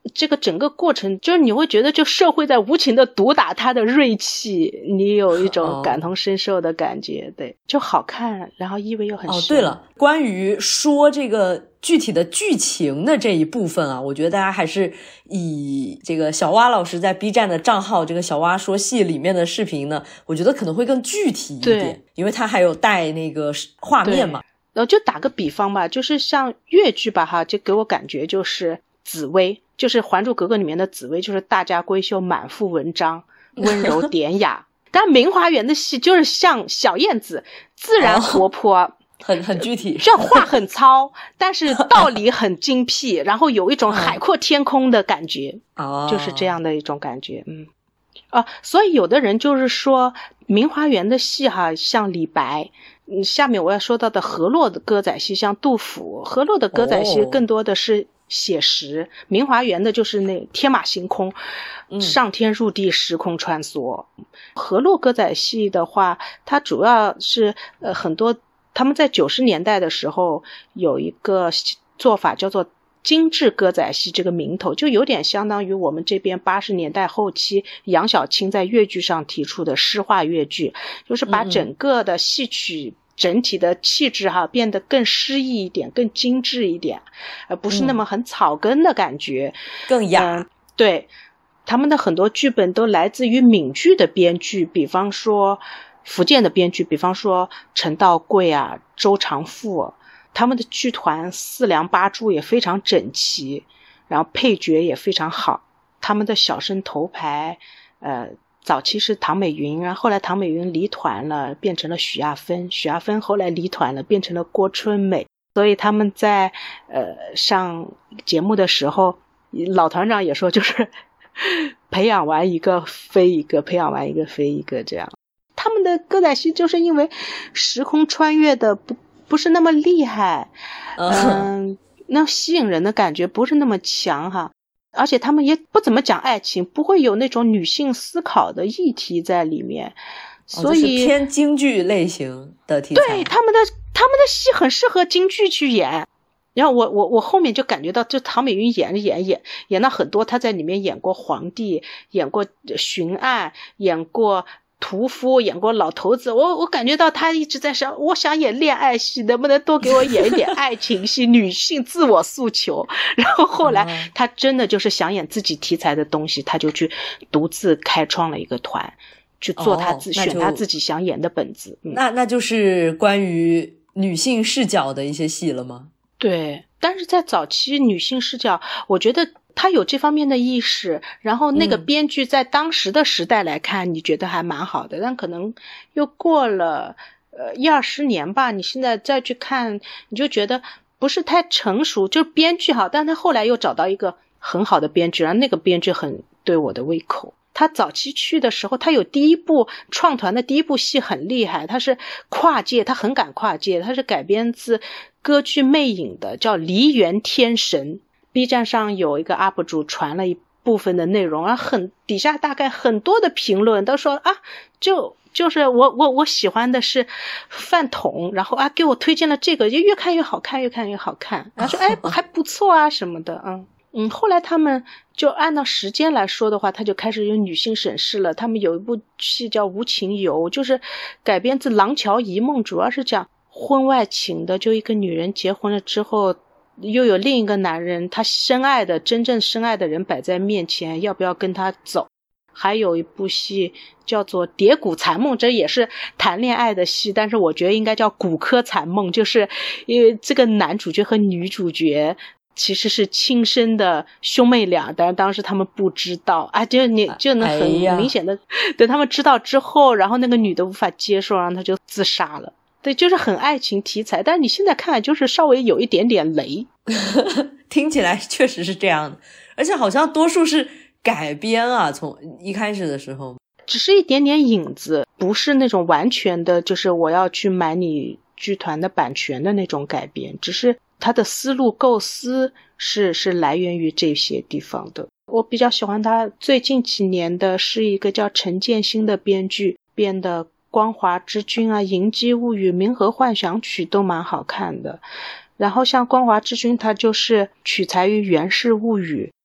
这个整个过程，就是你会觉得就社会在无情的毒打他的锐气，你有一种感同身受的感觉。哦、对，就好看，然后意味又很深。 哦，对了，关于说这个具体的剧情的这一部分啊，我觉得大家还是以这个小蛙老师在 B 站的账号这个小蛙说戏里面的视频呢，我觉得可能会更具体一点，因为它还有带那个画面嘛。 然后就打个比方吧，就是像越剧吧哈，就给我感觉就是紫薇，就是《还珠格格》里面的紫薇，就是大家闺秀，满腹文章，温柔典雅。但明华园的戏就是像小燕子，自然活泼。哦很很具体， 这话很糙，但是道理很精辟，然后有一种海阔天空的感觉， 哦， 就是这样的一种感觉，嗯，啊，所以有的人就是说明华园的戏哈，像李白，嗯，下面我要说到的河洛的歌仔戏，像杜甫，河洛的歌仔戏更多的是写实，哦、明华园的就是那天马行空，嗯、上天入地，时空穿梭。河洛歌仔戏的话，它主要是呃很多。他们在九十年代的时候有一个做法叫做精致歌仔戏，这个名头就有点相当于我们这边八十年代后期杨晓卿在粤剧上提出的诗化粤剧，就是把整个的戏曲整体的气质哈变得更诗意一点，更精致一点，而不是那么很草根的感觉， 嗯、更雅、 呃。对，他们的很多剧本都来自于闽剧的编剧，比方说福建的编剧，比方说陈道贵啊、周长富，他们的剧团四梁八柱也非常整齐，然后配角也非常好。他们的小生头牌，呃，早期是唐美云，然后后来唐美云离团了，变成了许亚芬，许亚芬后来离团了，变成了郭春美。所以他们在呃上节目的时候，老团长也说，就是培养完一个飞一个，培养完一个飞一个这样。他们的歌仔戏就是因为时空穿越的不不是那么厉害，嗯、呃，那吸引人的感觉不是那么强哈，而且他们也不怎么讲爱情，不会有那种女性思考的议题在里面，所以、 哦、就是偏京剧类型的题材。 对，他们的他们的戏很适合京剧去演。然后我我我后面就感觉到，就唐美云演演演演到很多，她在里面演过皇帝，演过巡案，演过屠夫，演过老头子，我我感觉到他一直在想，我想演恋爱戏，能不能多给我演一点爱情戏，女性自我诉求。然后后来他真的就是想演自己题材的东西，他就去独自开创了一个团，去做他自、哦、选他自己想演的本子。 嗯、那那就是关于女性视角的一些戏了吗？ 对，但是在早期女性视角，我觉得他有这方面的意识，然后那个编剧在当时的时代来看，嗯、你觉得还蛮好的，但可能又过了呃一二十年吧，你现在再去看，你就觉得不是太成熟，就是编剧好，但他后来又找到一个很好的编剧，然后那个编剧很对我的胃口。他早期去的时候，他有第一部创团的第一部戏很厉害，他是跨界，他很敢跨界，他是改编自歌剧魅影的，叫梨园天神。B 站上有一个 U P 主传了一部分的内容，然后很底下大概很多的评论都说啊，就就是我我我喜欢的是饭桶，然后啊给我推荐了这个，就越看越好看，越看越好看，然后说哎还不错啊什么的，嗯嗯。后来他们就按照时间来说的话，他就开始有女性审视了。他们有一部戏叫《无情游》，就是改编自《廊桥遗梦》，主要是讲婚外情的，就一个女人结婚了之后。又有另一个男人，他深爱的真正深爱的人摆在面前，要不要跟他走。还有一部戏叫做《蝶谷残梦》，这也是谈恋爱的戏，但是我觉得应该叫骨科残梦，就是因为这个男主角和女主角其实是亲生的兄妹俩，但是当时他们不知道啊，就你就能很明显的、哎、等他们知道之后，然后那个女的无法接受，然后他就自杀了。对，就是很爱情题材，但是你现在看就是稍微有一点点雷听起来确实是这样的，而且好像多数是改编啊，从一开始的时候只是一点点影子，不是那种完全的就是我要去买你剧团的版权的那种改编，只是他的思路构思是是来源于这些地方的。我比较喜欢他最近几年的是一个叫陈建新的编剧编的光华之君啊、银姬物语、冥河幻想曲都蛮好看的。然后像光华之君，它就是取材于源氏物语，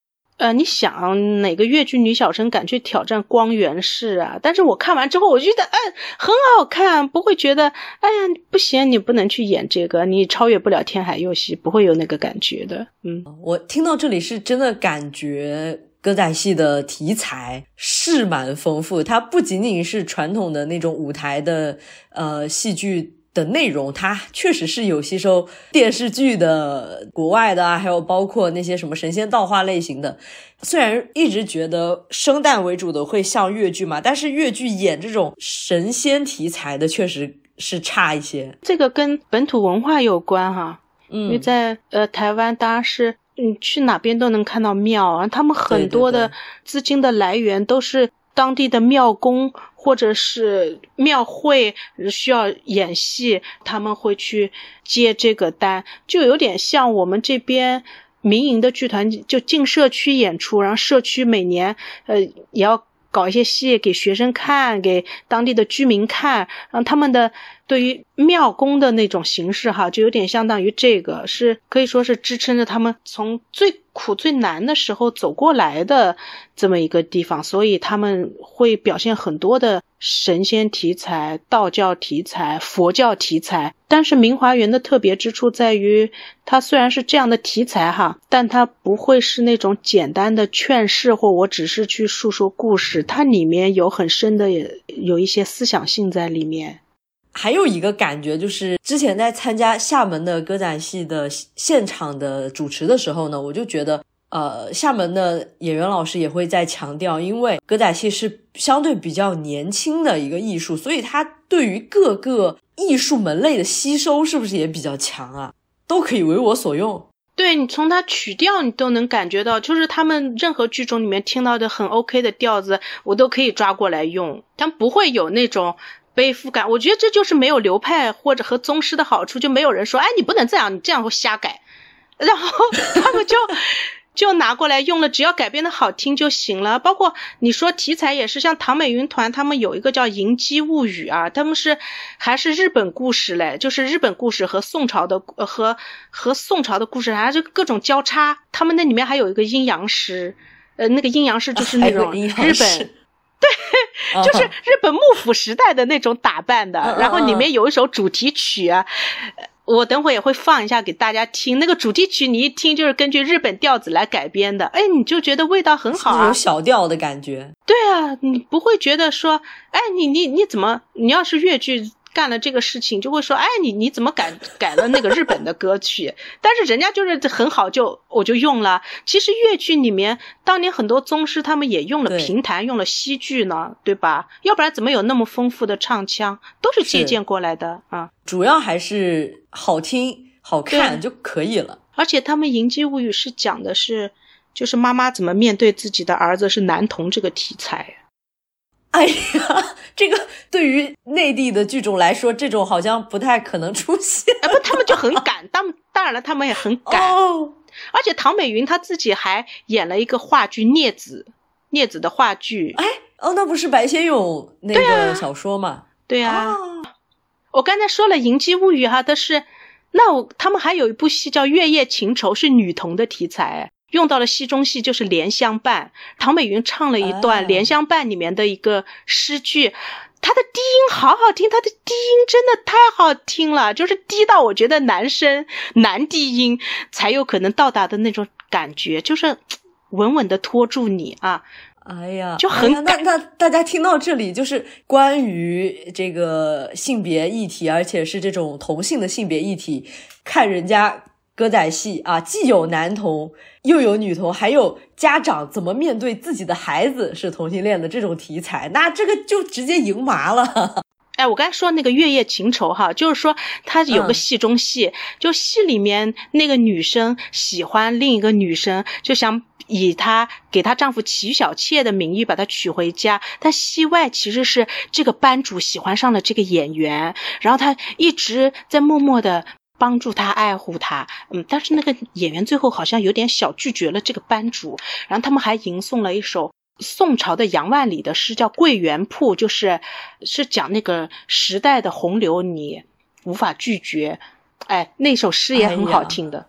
呃，你想哪个越剧女小生敢去挑战光源氏啊？但是我看完之后，我觉得哎很好看，不会觉得哎呀不行，你不能去演这个，你超越不了天海佑希，不会有那个感觉的。嗯， 我听到这里是真的感觉歌仔戏的题材是蛮丰富，它不仅仅是传统的那种舞台的呃戏剧的内容，它确实是有吸收电视剧的国外的啊，还有包括那些什么神仙道化类型的。虽然一直觉得生旦为主的会像越剧嘛，但是越剧演这种神仙题材的确实是差一些。 这个跟本土文化有关哈， 嗯， 因为在呃台湾当然是你去哪边都能看到庙啊，他们很多的资金的来源都是当地的庙公或者是庙会需要演戏，他们会去接这个单，就有点像我们这边民营的剧团就进社区演出，然后社区每年呃也要搞一些戏给学生看，给当地的居民看，让他们的对于庙公的那种形式哈，就有点相当于这个，是可以说是支撑着他们从最苦最难的时候走过来的这么一个地方，所以他们会表现很多的神仙题材、道教题材、佛教题材。但是明华园的特别之处在于，它虽然是这样的题材哈，但它不会是那种简单的劝世或我只是去述说故事，它里面有很深的有一些思想性在里面。 还有一个感觉就是之前在参加厦门的歌仔戏的现场的主持的时候呢，我就觉得呃，厦门的演员老师也会在强调，因为歌仔戏是相对比较年轻的一个艺术，所以它对于各个艺术门类的吸收是不是也比较强啊？都可以为我所用。 对，你从它曲调你都能感觉到，就是他们任何剧种里面听到的很 OK 的调子我都可以抓过来用，他们不会有那种背负感。我觉得这就是没有流派或者和宗师的好处，就没有人说哎你不能这样，你这样会瞎改，然后他们就就拿过来用了，只要改编的好听就行了。包括你说题材也是，像唐美云团他们有一个叫银鸡物语啊，他们是还是日本故事嘞，就是日本故事和宋朝的呃和和宋朝的故事还是各种交叉，他们那里面还有一个阴阳师，呃那个阴阳师就是那种日本对，就是日本幕府时代的那种打扮的，然后里面有一首主题曲啊，我等会也会放一下给大家听，那个主题曲你一听就是根据日本调子来改编的，哎，你就觉得味道很好啊， 有小调的感觉。 对啊，你不会觉得说哎你你你怎么你要是越剧干了这个事情就会说哎你你怎么改改了那个日本的歌曲但是人家就是很好就我就用了。其实越剧里面当年很多宗师他们也用了评弹用了戏剧呢， 对, 对吧？要不然怎么有那么丰富的唱腔，都是借鉴过来的啊。 主要还是好听好看就可以了。 而且他们银鸡物语是讲的是就是妈妈怎么面对自己的儿子是男童这个题材。 哎呀，这个对于内地的剧种来说，这种好像不太可能出现。 哎，不，他们就很敢，当当然了，他们也很敢。 哦， 而且唐美云她自己还演了一个话剧《镊子》，镊子的话剧。 哎，哦，那不是白先勇那个小说吗？ 对啊，对啊哦、我刚才说了《银鸡物语》哈，但是那我他们还有一部戏叫《月夜情仇》，是女童的题材。用到了戏中戏，就是莲香伴，唐美云唱了一段莲香伴里面的一个诗句，她的低音好好听，她的低音真的太好听了，就是低到我觉得男生男低音才有可能到达的那种感觉，就是稳稳的拖住你啊。 哎呀， 就很、 哎、那那大家听到这里，就是关于这个性别议题，而且是这种同性的性别议题，看人家歌仔戏啊，既有男童又有女童，还有家长怎么面对自己的孩子是同性恋的这种题材，那这个就直接赢麻了。 哎，我刚才说那个月夜情仇哈，就是说他有个戏中戏、嗯、就戏里面那个女生喜欢另一个女生，就想以她给她丈夫齐小妾的名义把她娶回家，但戏外其实是这个班主喜欢上了这个演员，然后他一直在默默的帮助他爱护他，嗯，但是那个演员最后好像有点小拒绝了这个班主，然后他们还吟诵了一首宋朝的杨万里的诗叫《桂圆铺》，就是是讲那个时代的洪流你无法拒绝，哎，那首诗也很好听的。 哎、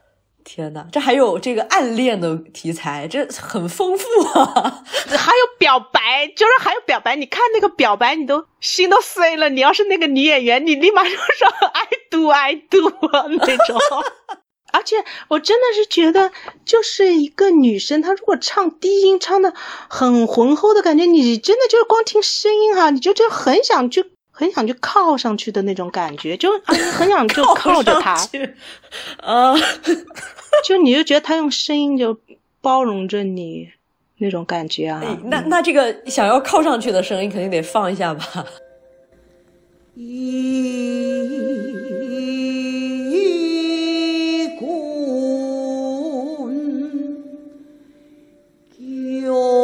天哪，这还有这个暗恋的题材，这很丰富啊！ 还有表白，就是还有表白，你看那个表白，你都心都碎了。你要是那个女演员，你立马就说 I do I do 那种。而且我真的是觉得，就是一个女生，她如果唱低音唱的很浑厚的感觉，你真的就是光听声音哈、啊，你就就很想去。很想去靠上去的那种感觉，就啊，很想就靠着他， 啊， 就你就觉得他用声音就包容着你那种感觉啊。 哎、那那这个想要靠上去的声音肯定得放一下吧。 一棍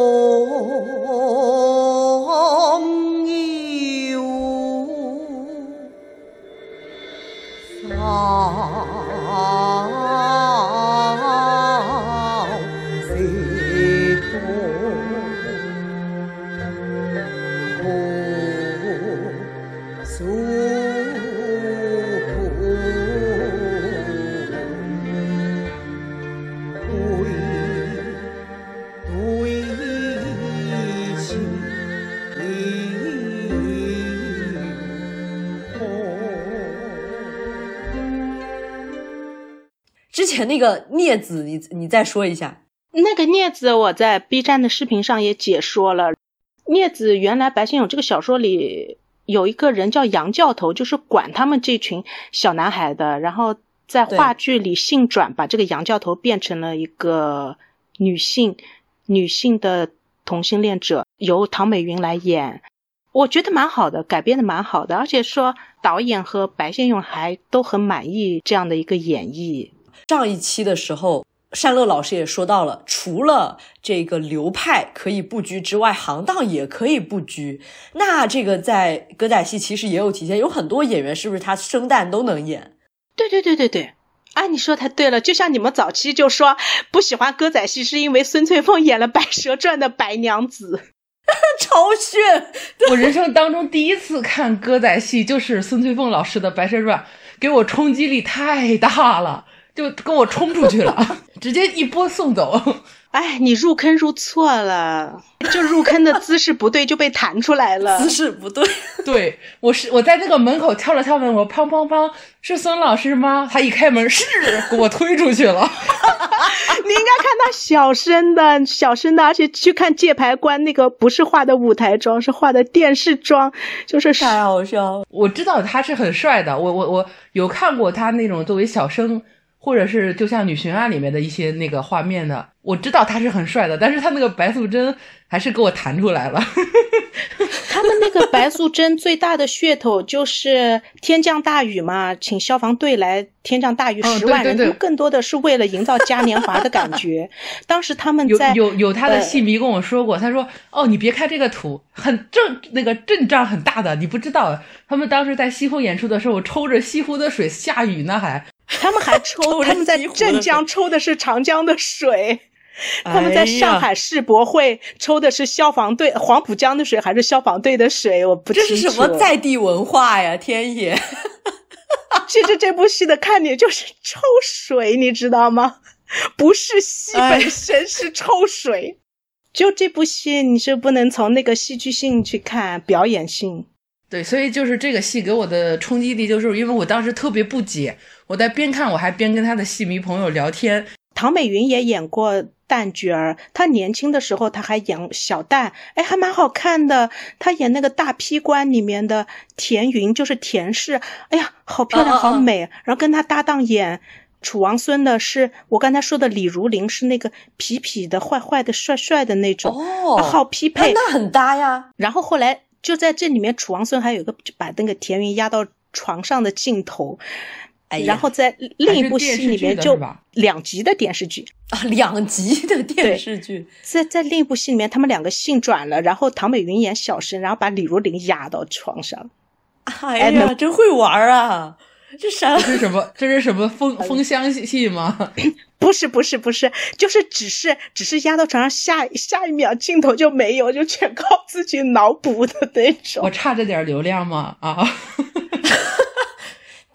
之前那个镊子你你再说一下。 那个镊子我在 B 站的视频上也解说了。镊子原来白先勇这个小说里有一个人叫杨教头，就是管他们这群小男孩的，然后在话剧里性转，把这个杨教头变成了一个女性女性的同性恋者，由唐美云来演。我觉得蛮好的，改编的蛮好的，而且说导演和白先勇还都很满意这样的一个演绎。 上一期的时候单乐老师也说到了，除了这个流派可以不拘之外，行当也可以不拘。那这个在歌仔戏其实也有体现，有很多演员是不是他生旦都能演？ 对对对对对，啊，你说太对了。就像你们早期就说不喜欢歌仔戏是因为孙翠凤演了《白蛇传》的白娘子。 超炫！ 我人生当中第一次看歌仔戏就是孙翠凤老师的《白蛇传》，给我冲击力太大了，就跟我冲出去了，直接一波送走。 哎，你入坑入错了，就入坑的姿势不对就被弹出来了。 姿势不对。 对，我是我在那个门口敲了敲门，我砰砰砰，是孙老师吗？他一开门是给我推出去了。 你应该看他小声的小声的，而且去看界牌官那个不是画的舞台妆，是画的电视妆，就是太好笑了。 我知道他是很帅的，我我我有看过他那种作为小生或者是就像女巡案里面的一些那个画面的，我知道他是很帅的，但是他那个白素贞还是给我弹出来了。 他们那个白素贞最大的噱头就是天降大雨嘛，请消防队来天降大雨十万人， 嗯、对对对， 更多的是为了营造嘉年华的感觉。当时他们在有有有他的戏迷跟我说过，呃、他说哦，你别看这个图很正，那个阵仗很大的，你不知道，他们当时在西湖演出的时候抽着西湖的水下雨呢，还他们还抽他们在镇江抽的是长江的水。他们在上海世博会抽的是消防队、哎、黄浦江的水还是消防队的水，我不清楚。 这是什么在地文化呀，天爷！ 其实这部戏的看点就是抽水，你知道吗？不是戏本身，是抽水。就这部戏你是不能从那个戏剧性去看，表演性。 对，所以就是这个戏给我的冲击力，就是因为我当时特别不解，我在边看我还边跟他的戏迷朋友聊天。 唐美云也演过旦角儿，她年轻的时候她还演小旦，哎，还蛮好看的。她演那个大批官里面的田云，就是田氏，哎呀，好漂亮，好美。哦哦哦，然后跟她搭档演楚王孙的是我刚才说的李如林，是那个痞痞的、坏坏的、帅帅的那种， 哦， 啊、好匹配， 那很搭呀。 然后后来就在这里面，楚王孙还有一个把那个田云压到床上的镜头。 哎、 然后在另一部戏里面就两集的电视剧啊，两集的电视剧， 在在另一部戏里面，他们两个性转了，然后唐美云演小生，然后把李如林压到床上。 哎呀，哎真会玩啊！这啥？ 这是什么？这是什么风风箱戏吗？ 不是不是不是，就是只是只是压到床上，下下一秒镜头就没有，就全靠自己脑补的那种。 我差这点流量吗？啊！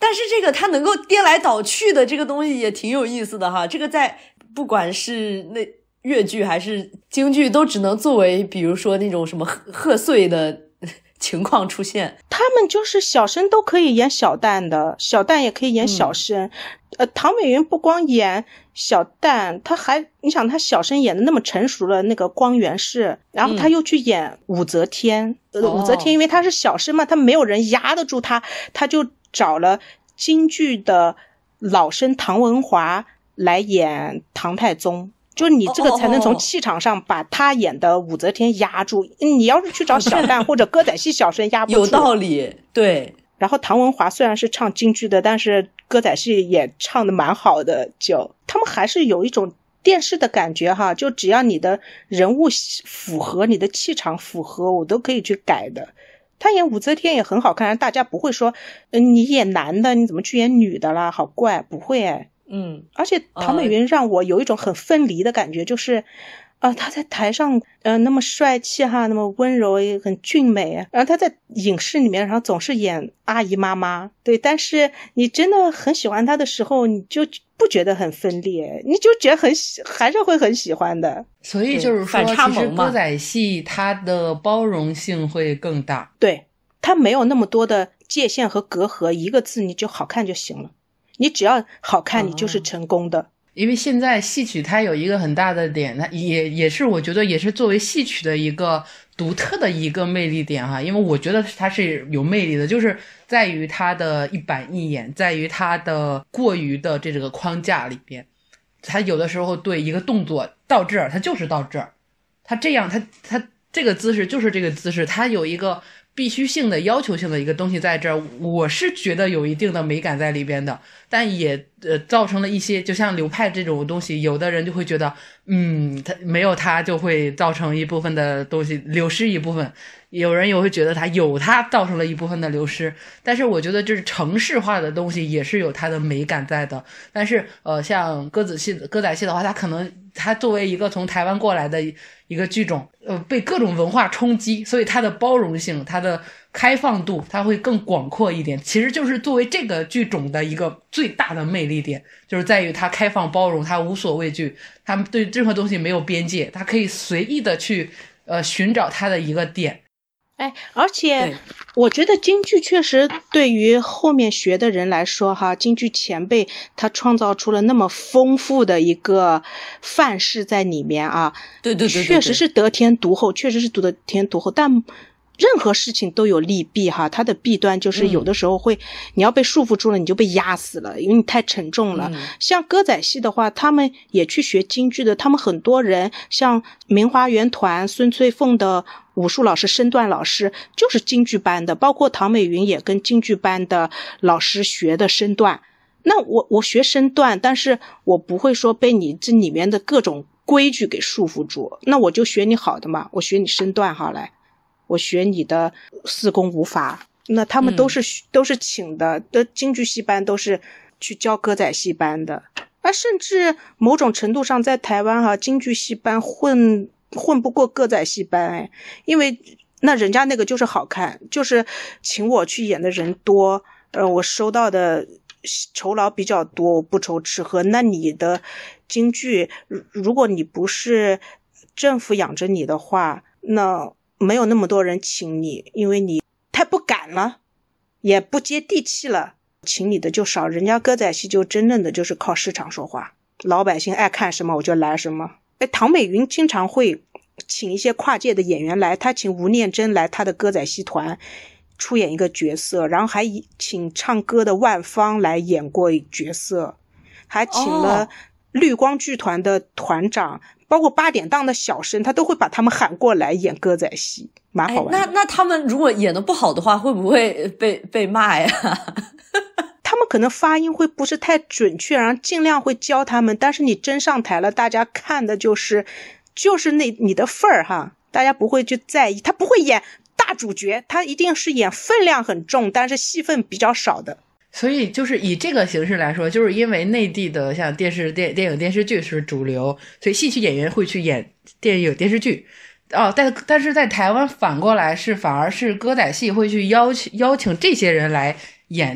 但是这个它能够颠来倒去的这个东西也挺有意思的哈。这个在不管是那粤剧还是京剧，都只能作为比如说那种什么贺贺岁的情况出现。 他们就是小生都可以演小旦的，小旦也可以演小生。嗯、呃，唐美云不光演小旦，他还你想他小生演的那么成熟了，那个光源氏，然后他又去演武则天。嗯、呃，武则天因为他是小生嘛，他没有人压得住他，他就找了京剧的老生唐文华来演唐太宗。就你这个才能从气场上把他演的武则天压住。你要是去找小旦或者歌仔戏小生压不住。 有道理，对。 然后唐文华虽然是唱京剧的，但是歌仔戏也唱的蛮好的，就他们还是有一种电视的感觉哈。就只要你的人物符合，你的气场符合，我都可以去改的。他演武则天也很好看，大家不会说，嗯，你演男的你怎么去演女的啦，好怪，不会哎。 嗯， 而且唐美云让我有一种很分离的感觉，呃、就是啊，她在台上呃那么帅气哈，那么温柔也很俊美，然后她在影视里面然后总是演阿姨妈妈，对，但是你真的很喜欢她的时候，你就不觉得很分裂，你就觉得很喜，还是会很喜欢的。 所以就是说，其实歌仔戏它的包容性会更大， 对，它没有那么多的界限和隔阂，一个字你就好看就行了。你只要好看，你就是成功的。 因为现在戏曲它有一个很大的点，它也也是我觉得也是作为戏曲的一个独特的一个魅力点哈。因为我觉得它是有魅力的，就是在于它的一板一眼，在于它的过于的这个框架里边。它有的时候对一个动作到这儿，它就是到这儿，它这样，它它这个姿势就是这个姿势，它有一个必须性的要求性的一个东西在这儿，我是觉得有一定的美感在里边的，但也呃造成了一些，就像流派这种东西，有的人就会觉得，嗯，他没有它就会造成一部分的东西流失一部分，有人也会觉得它有它造成了一部分的流失，但是我觉得就是程式化的东西也是有它的美感在的，但是呃像歌仔戏歌仔戏的话，它可能它作为一个从台湾过来的一个剧种，呃，被各种文化冲击，所以它的包容性，它的开放度，它会更广阔一点。其实就是作为这个剧种的一个最大的魅力点，就是在于它开放包容，它无所畏惧，它对任何东西没有边界，它可以随意的去呃寻找它的一个点。 哎，而且我觉得京剧确实对于后面学的人来说哈，京剧前辈他创造出了那么丰富的一个范式在里面啊， 对对 对, 对, 对， 确实是得天独厚，确实是得天独厚，但任何事情都有利弊哈，它的弊端就是有的时候会、嗯、你要被束缚住了，你就被压死了，因为你太沉重了、嗯、像歌仔戏的话，他们也去学京剧的，他们很多人像明华园团孙翠凤的武术老师身段老师就是京剧班的，包括唐美云也跟京剧班的老师学的身段。那我我学身段，但是我不会说被你这里面的各种规矩给束缚住，那我就学你好的嘛，我学你身段好来，我学你的四功五法。那他们都是、嗯、都是请的，的京剧戏班都是去教歌仔戏班的。啊，甚至某种程度上在台湾哈、啊，京剧戏班混混不过歌仔戏班，哎，因为那人家那个就是好看，就是请我去演的人多，呃，我收到的酬劳比较多，我不愁吃喝。那你的京剧，如果你不是政府养着你的话，那没有那么多人请你，因为你太不敢了，也不接地气了，请你的就少。人家歌仔戏就真正的就是靠市场说话，老百姓爱看什么我就来什么。哎，唐美云经常会请一些跨界的演员来，他请吴念真来他的歌仔戏团出演一个角色，然后还请唱歌的万芳来演过角色，还请了绿光剧团的团长、哦、包括八点档的小生，他都会把他们喊过来演歌仔戏，蛮好玩的。 那那他们如果演得不好的话，会不会被被骂呀？ 他们可能发音会不是太准确，然后尽量会教他们，但是你真上台了，大家看的就是就是那你的份儿哈，大家不会去在意，他不会演大主角，他一定是演分量很重但是戏份比较少的。 所以就是以这个形式来说，就是因为内地的像电视电电影电视剧是主流，所以戏曲演员会去演电影电视剧哦，但但是在台湾反过来是反而是歌仔戏会去邀请邀请这些人来演。 他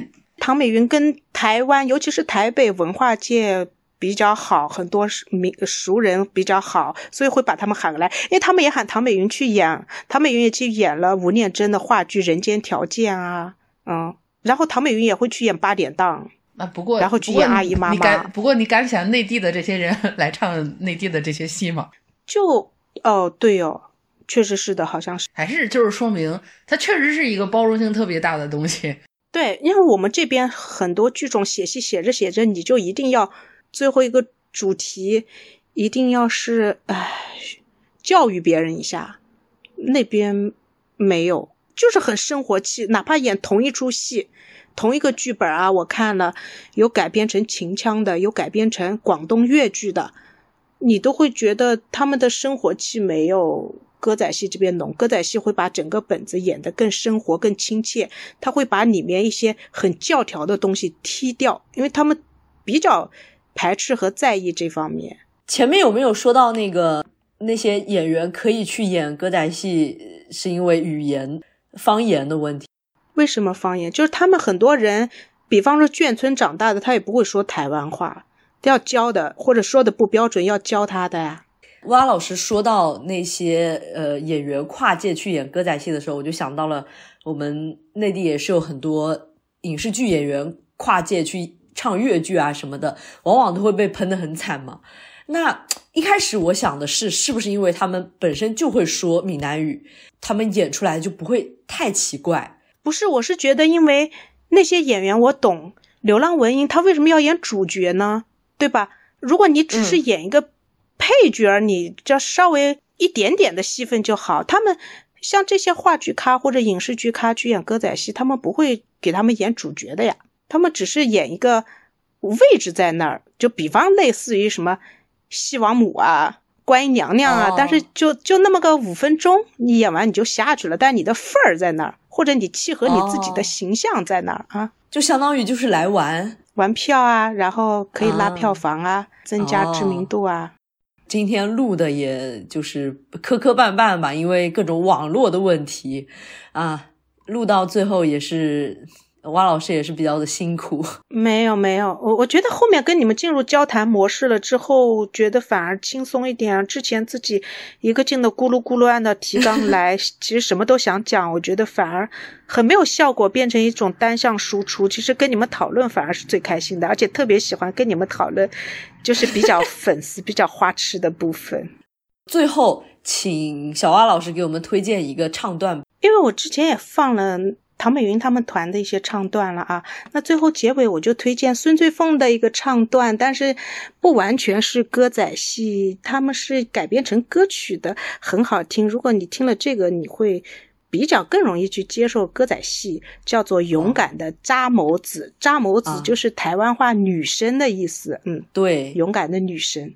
唐美云跟台湾尤其是台北文化界比较好，很多名熟人比较好，所以会把他们喊来，因为他们也喊唐美云去演，唐美云也去演了吴念真的话剧《人间条件》啊，嗯，然后唐美云也会去演八点档啊，不过然后去演阿姨妈妈。 你敢不过你敢想内地的这些人来唱内地的这些戏吗？ 就哦，对哦，确实是的，好像是， 还是就是说明它确实是一个包容性特别大的东西。 对，因为我们这边很多剧种写戏写着写着，你就一定要最后一个主题一定要是唉教育别人一下，那边没有，就是很生活气，哪怕演同一出戏同一个剧本啊，我看了有改编成秦腔的，有改编成广东粤剧的，你都会觉得他们的生活气没有歌仔戏这边浓。歌仔戏会把整个本子演得更生活更亲切，他会把里面一些很教条的东西踢掉，因为他们比较排斥和在意这方面。 前面有没有说到那个那些演员可以去演歌仔戏是因为语言方言的问题？ 为什么方言？就是他们很多人比方说眷村长大的，他也不会说台湾话，要教的，或者说的不标准要教他的呀。 蛙老师说到那些呃演员跨界去演歌仔戏的时候，我就想到了我们内地也是有很多影视剧演员跨界去唱粤剧啊什么的，往往都会被喷得很惨嘛。那一开始我想的是，是不是因为他们本身就会说闽南语，他们演出来就不会太奇怪？ 不是，我是觉得因为那些演员我懂，流浪文英他为什么要演主角呢？对吧？如果你只是演一个配角、嗯、你只要稍微一点点的戏份就好。他们像这些话剧咖或者影视剧咖去演歌仔戏，他们不会给他们演主角的呀，他们只是演一个位置在那儿，就比方类似于什么戏王母啊观音娘娘啊、哦、但是就就那么个五分钟，你演完你就下去了，但你的份儿在那儿，或者你契合你自己的形象在那儿、哦、啊， 就相当于就是来玩玩票啊，然后可以拉票房啊、哦、增加知名度啊、哦、 今天录的也就是磕磕绊绊吧，因为各种网络的问题啊，录到最后也是蛙老师也是比较的辛苦。 没有没有，我我觉得后面跟你们进入交谈模式了之后，觉得反而轻松一点。之前自己一个劲的咕噜咕噜按照提纲来其实什么都想讲，我觉得反而很没有效果，变成一种单向输出。其实跟你们讨论反而是最开心的，而且特别喜欢跟你们讨论就是比较粉丝比较花痴的部分。 最后请小蛙老师给我们推荐一个唱段， 因为我之前也放了唐美云他们团的一些唱段了啊，那最后结尾我就推荐孙翠凤的一个唱段，但是不完全是歌仔戏，他们是改编成歌曲的，很好听。如果你听了这个，你会比较更容易去接受歌仔戏，叫做勇敢的扎某子。扎某子就是台湾话女生的意思，嗯， 对， 勇敢的女生。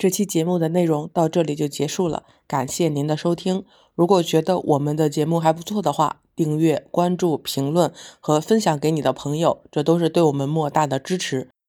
这期节目的内容到这里就结束了，感谢您的收听。如果觉得我们的节目还不错的话，订阅、关注、评论和分享给你的朋友，这都是对我们莫大的支持。